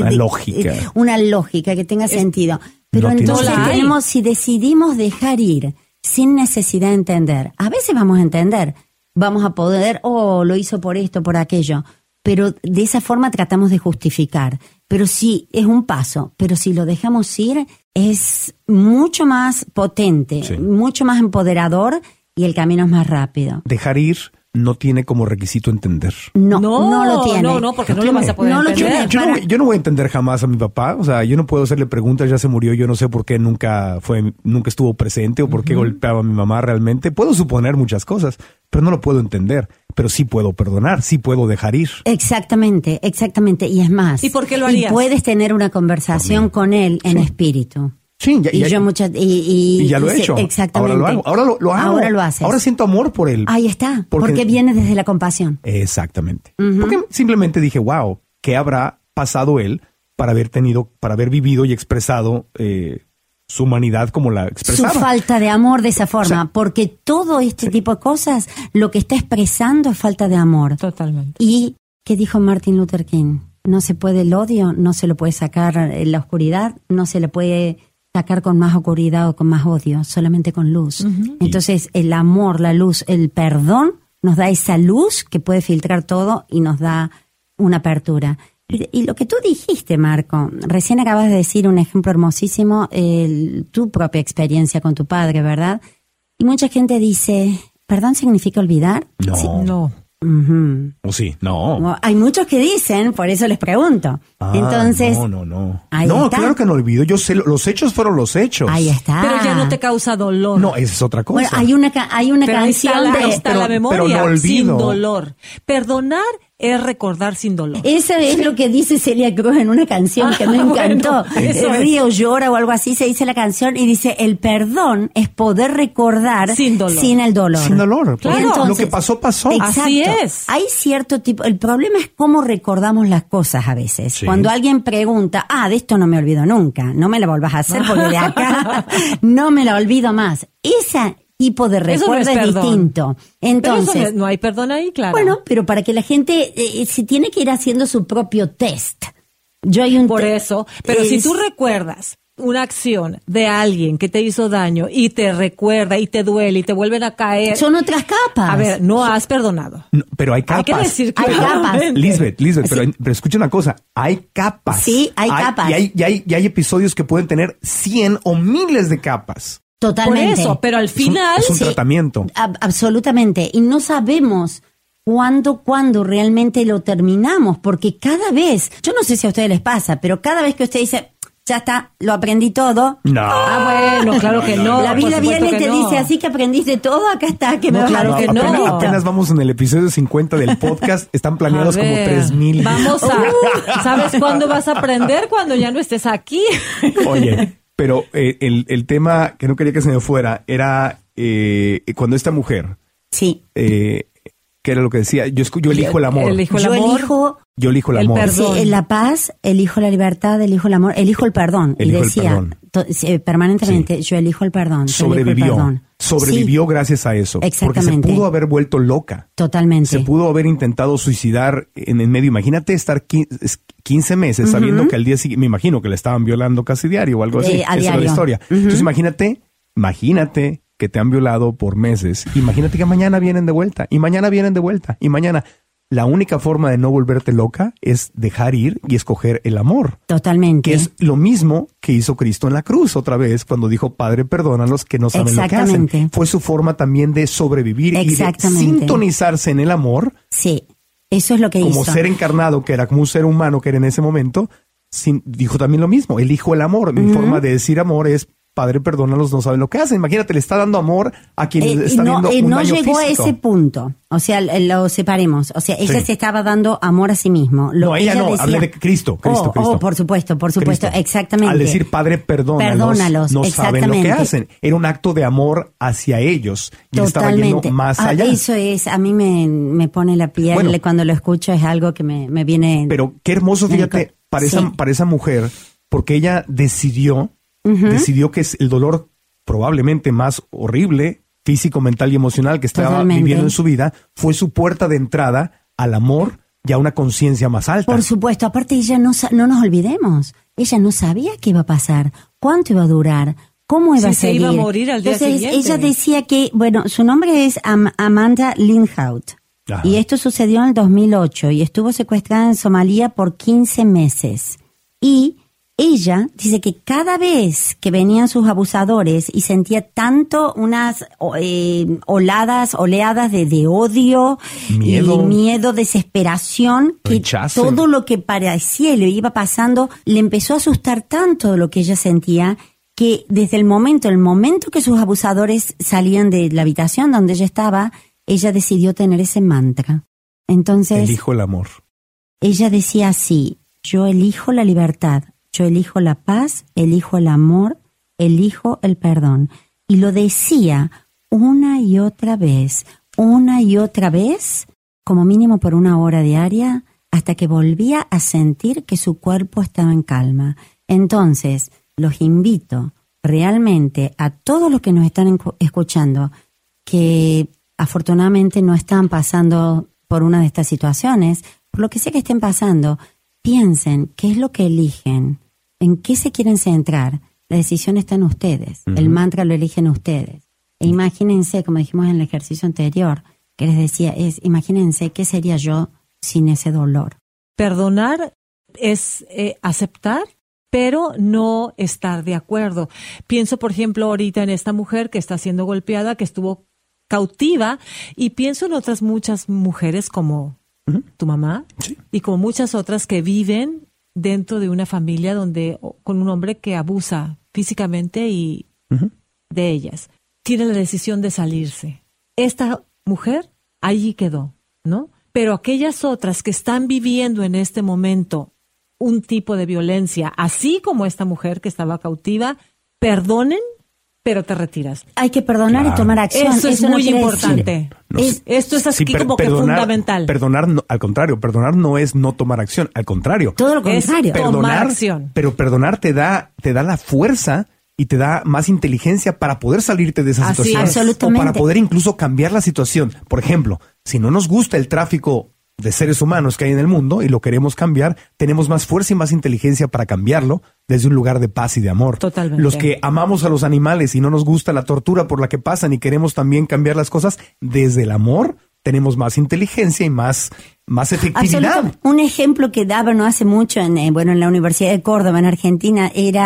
una lógica que tenga sentido. Pero no entonces si decidimos dejar ir sin necesidad de entender, a veces vamos a entender, vamos a poder, lo hizo por esto, por aquello, pero de esa forma tratamos de justificar. Pero sí, es un paso, pero si lo dejamos ir, es mucho más potente, mucho más empoderador y el camino es más rápido. Dejar ir no tiene como requisito entender. No lo tiene. No, porque no lo vas a poder entender. Yo no voy a entender jamás a mi papá. O sea, yo no puedo hacerle preguntas, ya se murió, yo no sé por qué nunca estuvo presente o por qué golpeaba a mi mamá realmente. Puedo suponer muchas cosas, pero no lo puedo entender. Pero sí puedo perdonar, sí puedo dejar ir. Exactamente. Y es más. ¿Y por qué lo harías? Y puedes tener una conversación con él en espíritu. Sí, ya lo he hecho. Exactamente. Ahora lo hago. Ahora lo haces. Ahora siento amor por él. Ahí está. Porque viene desde la compasión. Exactamente. Porque simplemente dije, wow, ¿qué habrá pasado él para haber vivido y expresado su humanidad como la expresaba? Su falta de amor de esa forma. Porque todo este tipo de cosas, lo que está expresando es falta de amor. Totalmente. ¿Y qué dijo Martin Luther King? No se puede el odio, no se lo puede sacar en la oscuridad, no se le puede sacar con más oscuridad o con más odio, solamente con luz. Entonces el amor, la luz, el perdón nos da esa luz que puede filtrar todo y nos da una apertura. Y lo que tú dijiste, Marco, recién acabas de decir un ejemplo hermosísimo, tu propia experiencia con tu padre, ¿verdad? Y mucha gente dice, ¿perdón significa olvidar? No. Sí. No. ¿O sí? No. Hay muchos que dicen, por eso les pregunto. Entonces, no. Ahí no, está. claro que no olvido. Yo sé, los hechos fueron los hechos. Ahí está. Pero ya no te causa dolor. No, esa es otra cosa. Bueno, hay una Pero canción ahí está la memoria, pero no olvido. sin dolor. Perdonar es recordar sin dolor. Eso es lo que dice Celia Cruz en una canción que me encantó. Bueno, Río llora o algo así, se dice la canción y dice, el perdón es poder recordar sin dolor. Sin el dolor. Sin dolor. Claro. Entonces, lo que pasó, pasó. Exacto. Así es. Hay cierto tipo, el problema es cómo recordamos las cosas a veces. Sí. Cuando alguien pregunta, de esto no me olvido nunca, no me la volvás a hacer porque de acá no me la olvido más. Ese tipo de recuerdo es distinto. Entonces, pero eso no hay perdón ahí, claro. Bueno, pero para que la gente se tiene que ir haciendo su propio test. Por eso, pero si tú recuerdas una acción de alguien que te hizo daño y te recuerda y te duele y te vuelven a caer. Son otras capas. A ver, no has perdonado. No, pero hay capas. Hay que decir que hay capas. Lisbeth, Sí. pero escucha una cosa, hay capas. Sí, hay capas. Y hay episodios que pueden tener 100 o miles de capas. Totalmente. Por eso, pero al final Es un tratamiento. Absolutamente. Y no sabemos cuándo realmente lo terminamos, porque cada vez, yo no sé si a ustedes les pasa, pero cada vez que usted dice, ya está, lo aprendí todo. No. Bueno, claro que no. La vida por supuesto viene y que te no. dice, así que aprendiste todo, acá está, que me No, vas claro a que decir no. bonito. Apenas vamos en el episodio 50 del podcast. Están planeados A como ver, 3,000. Vamos a... ¿Sabes cuándo vas a aprender? Cuando ya no estés aquí. Oye, pero el tema que no quería que se me fuera era cuando esta mujer, Sí. ¿qué era lo que decía? Yo elijo el amor. Elijo el Yo amor. elijo Yo elijo el el amor. perdón. sí, la paz, elijo la libertad, elijo el amor, elijo el perdón. Elijo y el decía perdón. Permanentemente, yo elijo el perdón. yo elijo el Sobrevivió. perdón. Sobrevivió gracias a eso. Exactamente. Porque se pudo haber vuelto loca. Sí, totalmente. Se pudo haber intentado suicidar en el medio. Imagínate estar 15 meses sabiendo que al día siguiente, me imagino que le estaban violando casi diario o algo así. A Esa es la diario. historia. Entonces imagínate que te han violado por meses. Imagínate que mañana vienen de vuelta y mañana vienen de vuelta y mañana. La única forma de no volverte loca es dejar ir y escoger el amor. Totalmente. Que es lo mismo que hizo Cristo en la cruz otra vez cuando dijo, Padre, perdónalos que no saben lo que hacen. Exactamente. Fue su forma también de sobrevivir y de Exactamente. sintonizarse en el amor Sí, eso es lo que como hizo. ser encarnado, que era como un ser humano que era en ese momento. Dijo también lo mismo, elijo el amor. Mi forma de decir amor es, Padre, perdónalos, no saben lo que hacen. Imagínate, le está dando amor a quien está viendo un no daño llegó físico. a ese punto. O sea, lo separemos. O sea, ella Sí. se estaba dando amor a sí mismo. Lo No, que ella no, decía- hablé de Cristo. Oh, por supuesto, Cristo. exactamente. Al decir Padre, perdónalos, no saben lo que exactamente. hacen. Era un acto de amor hacia ellos. Y él estaba yendo Totalmente. más allá. Eso es, a mí me pone la piel Bueno. cuando lo escucho, es algo que me viene... Pero qué hermoso, fíjate, para esa mujer, porque ella decidió que es el dolor probablemente más horrible, físico, mental y emocional que estaba Totalmente. viviendo en su vida, fue su puerta de entrada al amor y a una conciencia más alta. Por supuesto, aparte ella no nos olvidemos, ella no sabía qué iba a pasar, cuánto iba a durar, cómo iba Sí, a se seguir. iba a morir al día Entonces, siguiente. ella decía que, bueno, su nombre es Amanda Lindhout. Ajá. Y esto sucedió en el 2008 y estuvo secuestrada en Somalia por 15 meses. Y ella dice que cada vez que venían sus abusadores y sentía tanto unas oleadas de odio, miedo, desesperación, que Rechazo. todo lo que parecía y le iba pasando le empezó a asustar tanto lo que ella sentía que desde el momento que sus abusadores salían de la habitación donde ella estaba, ella decidió tener ese mantra. Entonces, Elijo el amor. ella decía así: yo elijo la libertad, yo elijo la paz, elijo el amor, elijo el perdón. Y lo decía una y otra vez, como mínimo por 1 hora diaria, hasta que volvía a sentir que su cuerpo estaba en calma. Entonces, los invito realmente a todos los que nos están escuchando, que afortunadamente no están pasando por una de estas situaciones, por lo que sea que estén pasando, piensen qué es lo que eligen, en qué se quieren centrar. La decisión está en ustedes, el mantra lo eligen ustedes. E imagínense, como dijimos en el ejercicio anterior, que les decía, imagínense qué sería yo sin ese dolor. Perdonar es aceptar, pero no estar de acuerdo. Pienso, por ejemplo, ahorita en esta mujer que está siendo golpeada, que estuvo cautiva, y pienso en otras muchas mujeres como tu mamá, Sí. y como muchas otras que viven dentro de una familia con un hombre que abusa físicamente y de ellas. Tiene la decisión de salirse. Esta mujer allí quedó, ¿no? Pero aquellas otras que están viviendo en este momento un tipo de violencia, así como esta mujer que estaba cautiva, perdonen, pero te retiras. Hay que perdonar Claro. y tomar acción. Eso es no muy quiere importante. decir- Esto es así como que fundamental. Perdonar, al contrario, perdonar no es no tomar acción, al contrario. todo lo Es contrario. tomar acción. Pero perdonar te da la fuerza y te da más inteligencia para poder salirte de esa Así situación. es. Absolutamente. O para poder incluso cambiar la situación. Por ejemplo, si no nos gusta el tráfico de seres humanos que hay en el mundo y lo queremos cambiar, tenemos más fuerza y más inteligencia para cambiarlo desde un lugar de paz y de amor. Totalmente. Los que amamos a los animales y no nos gusta la tortura por la que pasan y queremos también cambiar las cosas, desde el amor tenemos más inteligencia y más efectividad. Absolutamente. Un ejemplo que daba no hace mucho en la Universidad de Córdoba, en Argentina, era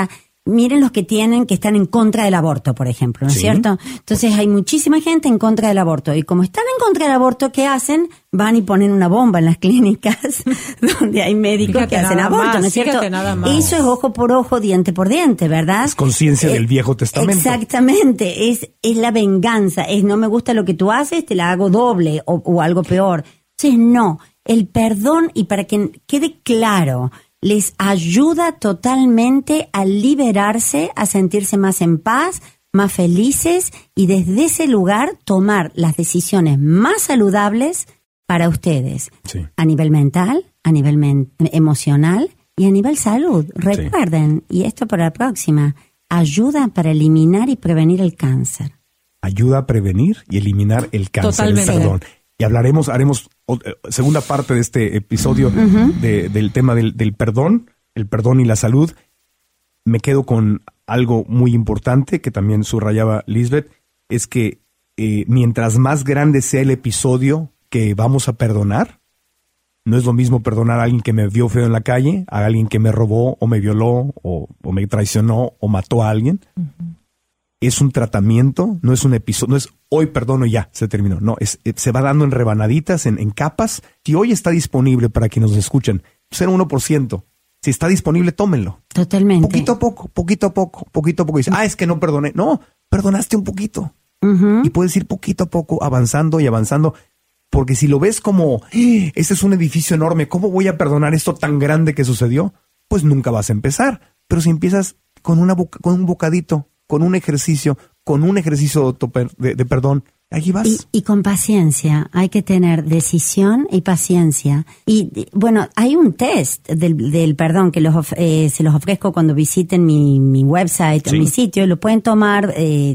miren los que están en contra del aborto, por ejemplo, ¿no es cierto? Entonces hay muchísima gente en contra del aborto. Y como están en contra del aborto, ¿qué hacen? Van y ponen una bomba en las clínicas donde hay médicos que hacen aborto, ¿no es cierto? Eso es ojo por ojo, diente por diente, ¿verdad? Es conciencia del Viejo Testamento. Exactamente, es la venganza. Es no me gusta lo que tú haces, te la hago doble o algo peor. Entonces, no, el perdón, y para que quede claro, les ayuda totalmente a liberarse, a sentirse más en paz, más felices y desde ese lugar tomar las decisiones más saludables para ustedes. Sí. A nivel mental, a nivel emocional y a nivel salud. Recuerden, y esto para la próxima, ayuda para eliminar y prevenir el cáncer. Ayuda a prevenir y eliminar el cáncer. Totalmente. El perdón. Y haremos segunda parte de este episodio del tema del perdón, el perdón y la salud. Me quedo con algo muy importante que también subrayaba Lisbeth, es que mientras más grande sea el episodio que vamos a perdonar, no es lo mismo perdonar a alguien que me vio feo en la calle, a alguien que me robó o me violó o me traicionó o mató a alguien. Uh-huh. Es un tratamiento, no es un episodio, no es hoy perdono y ya, se terminó. No, se va dando en rebanaditas, en capas. Si hoy está disponible para quienes nos escuchan, 0.1%. Si está disponible, tómenlo. Totalmente. Poquito a poco, poquito a poco, poquito a poco. Dice, es que no perdoné. No, perdonaste un poquito. Uh-huh. Y puedes ir poquito a poco, avanzando y avanzando. Porque si lo ves como, este es un edificio enorme, ¿cómo voy a perdonar esto tan grande que sucedió? Pues nunca vas a empezar. Pero si empiezas con un bocadito, con un ejercicio de perdón, allí vas. Y con paciencia, hay que tener decisión y paciencia. Y bueno, hay un test del perdón que se los ofrezco cuando visiten mi website o mi sitio. Lo pueden tomar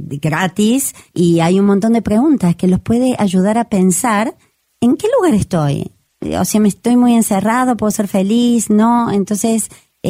gratis y hay un montón de preguntas que los puede ayudar a pensar en qué lugar estoy. O sea, me estoy muy encerrado, puedo ser feliz, ¿no? Entonces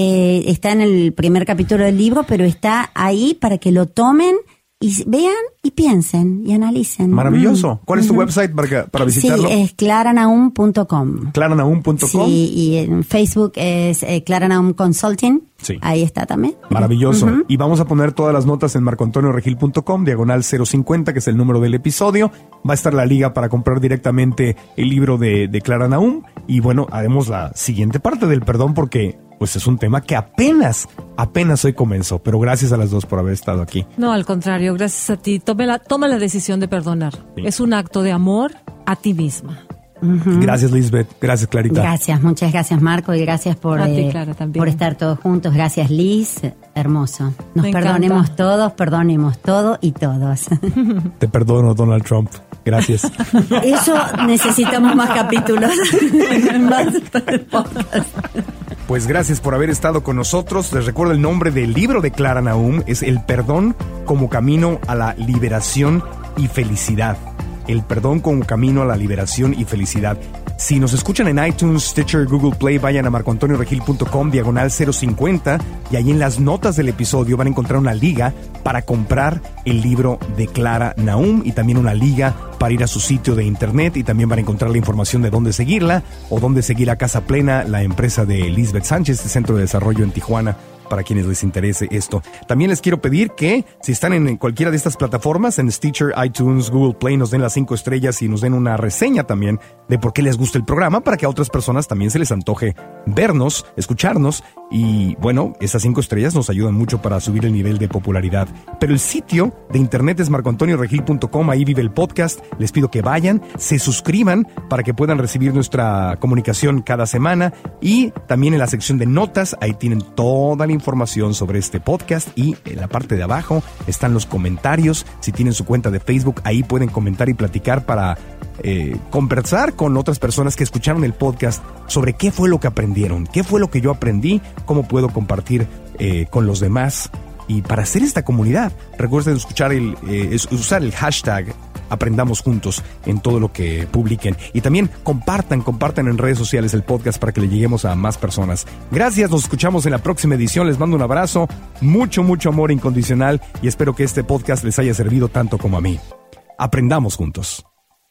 está en el primer capítulo del libro, pero está ahí para que lo tomen y vean y piensen y analicen. Maravilloso. ¿Cuál es tu website para visitarlo? Sí, es claranaum.com. Claranaum.com. Sí, y en Facebook es Claranaum Consulting. Sí. Ahí está también. Maravilloso. Uh-huh. Y vamos a poner todas las notas en marcoantonioregil.com, /050, que es el número del episodio. Va a estar la liga para comprar directamente el libro de Claranaum. Y bueno, haremos la siguiente parte del perdón porque pues es un tema que apenas hoy comenzó. Pero gracias a las dos por haber estado aquí. No, al contrario, gracias a ti. Toma la decisión de perdonar. Sí. Es un acto de amor a ti misma. Uh-huh. Gracias, Lisbeth. Gracias, Clarita. Gracias, muchas gracias, Marco, y gracias por estar todos juntos. Gracias, Liz. Hermoso. Nos perdonemos todos, perdonemos todo y todos. Te perdono, Donald Trump. Gracias. Eso necesitamos más capítulos. Más podcast. Pues gracias por haber estado con nosotros. Les recuerdo el nombre del libro de Claranaum. Es El perdón como camino a la liberación y felicidad. El perdón como camino a la liberación y felicidad. Si nos escuchan en iTunes, Stitcher, Google Play, vayan a marcoantonioregil.com, /050, y ahí en las notas del episodio van a encontrar una liga para comprar el libro de Claranaum y también una liga para ir a su sitio de internet, y también van a encontrar la información de dónde seguirla o dónde seguir a Casa Plena, la empresa de Lisbeth Sánchez, el Centro de Desarrollo en Tijuana, para quienes les interese esto. También les quiero pedir que si están en cualquiera de estas plataformas, en Stitcher, iTunes, Google Play, nos den las 5 estrellas y nos den una reseña también de por qué les gusta el programa, para que a otras personas también se les antoje vernos, escucharnos, y bueno, esas 5 estrellas nos ayudan mucho para subir el nivel de popularidad. Pero el sitio de internet es marcoantonioregil.com, ahí vive el podcast. Les pido que vayan, se suscriban para que puedan recibir nuestra comunicación cada semana, y también en la sección de notas, ahí tienen toda la información sobre este podcast, y en la parte de abajo están los comentarios. Si tienen su cuenta de Facebook, ahí pueden comentar y platicar para conversar con otras personas que escucharon el podcast sobre qué fue lo que aprendieron, qué fue lo que yo aprendí, cómo puedo compartir con los demás. Y para hacer esta comunidad, recuerden usar el hashtag Aprendamos Juntos en todo lo que publiquen. Y también compartan en redes sociales el podcast para que le lleguemos a más personas. Gracias, nos escuchamos en la próxima edición. Les mando un abrazo, mucho amor incondicional, y espero que este podcast les haya servido tanto como a mí. Aprendamos juntos.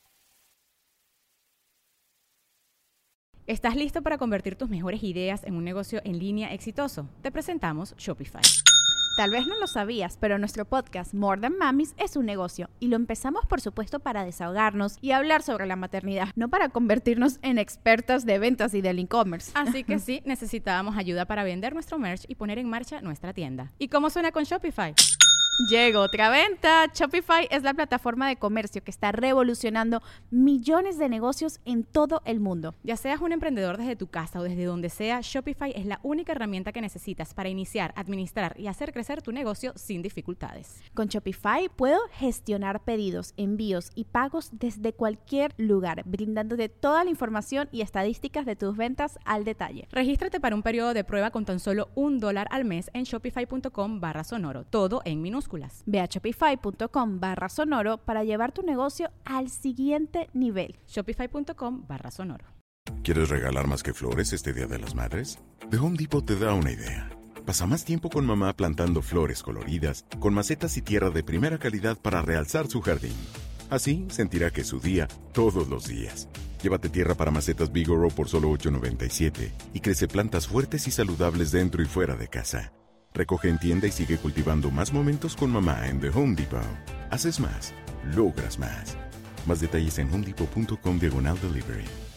¿Estás listo para convertir tus mejores ideas en un negocio en línea exitoso? Te presentamos Shopify. Tal vez no lo sabías, pero nuestro podcast More Than Mamis es un negocio y lo empezamos por supuesto para desahogarnos y hablar sobre la maternidad, no para convertirnos en expertas de ventas y del e-commerce. Así que sí, necesitábamos ayuda para vender nuestro merch y poner en marcha nuestra tienda. ¿Y cómo suena con Shopify? Llegó otra venta. Shopify es la plataforma de comercio que está revolucionando millones de negocios en todo el mundo. Ya seas un emprendedor desde tu casa o desde donde sea, Shopify es la única herramienta que necesitas para iniciar, administrar y hacer crecer tu negocio sin dificultades. Con Shopify puedo gestionar pedidos, envíos y pagos desde cualquier lugar, brindándote toda la información y estadísticas de tus ventas al detalle. Regístrate para un periodo de prueba con tan solo $1 al mes en shopify.com/sonoro, todo en minúsculas. Ve a shopify.com/sonoro para llevar tu negocio al siguiente nivel. Shopify.com/sonoro. ¿Quieres regalar más que flores este Día de las Madres? The Home Depot te da una idea. Pasa más tiempo con mamá plantando flores coloridas, con macetas y tierra de primera calidad para realzar su jardín. Así sentirá que es su día todos los días. Llévate tierra para macetas Bigoro por solo $8.97 y crece plantas fuertes y saludables dentro y fuera de casa. Recoge en tienda y sigue cultivando más momentos con mamá en The Home Depot. Haces más, logras más. Más detalles en homedepot.com/delivery.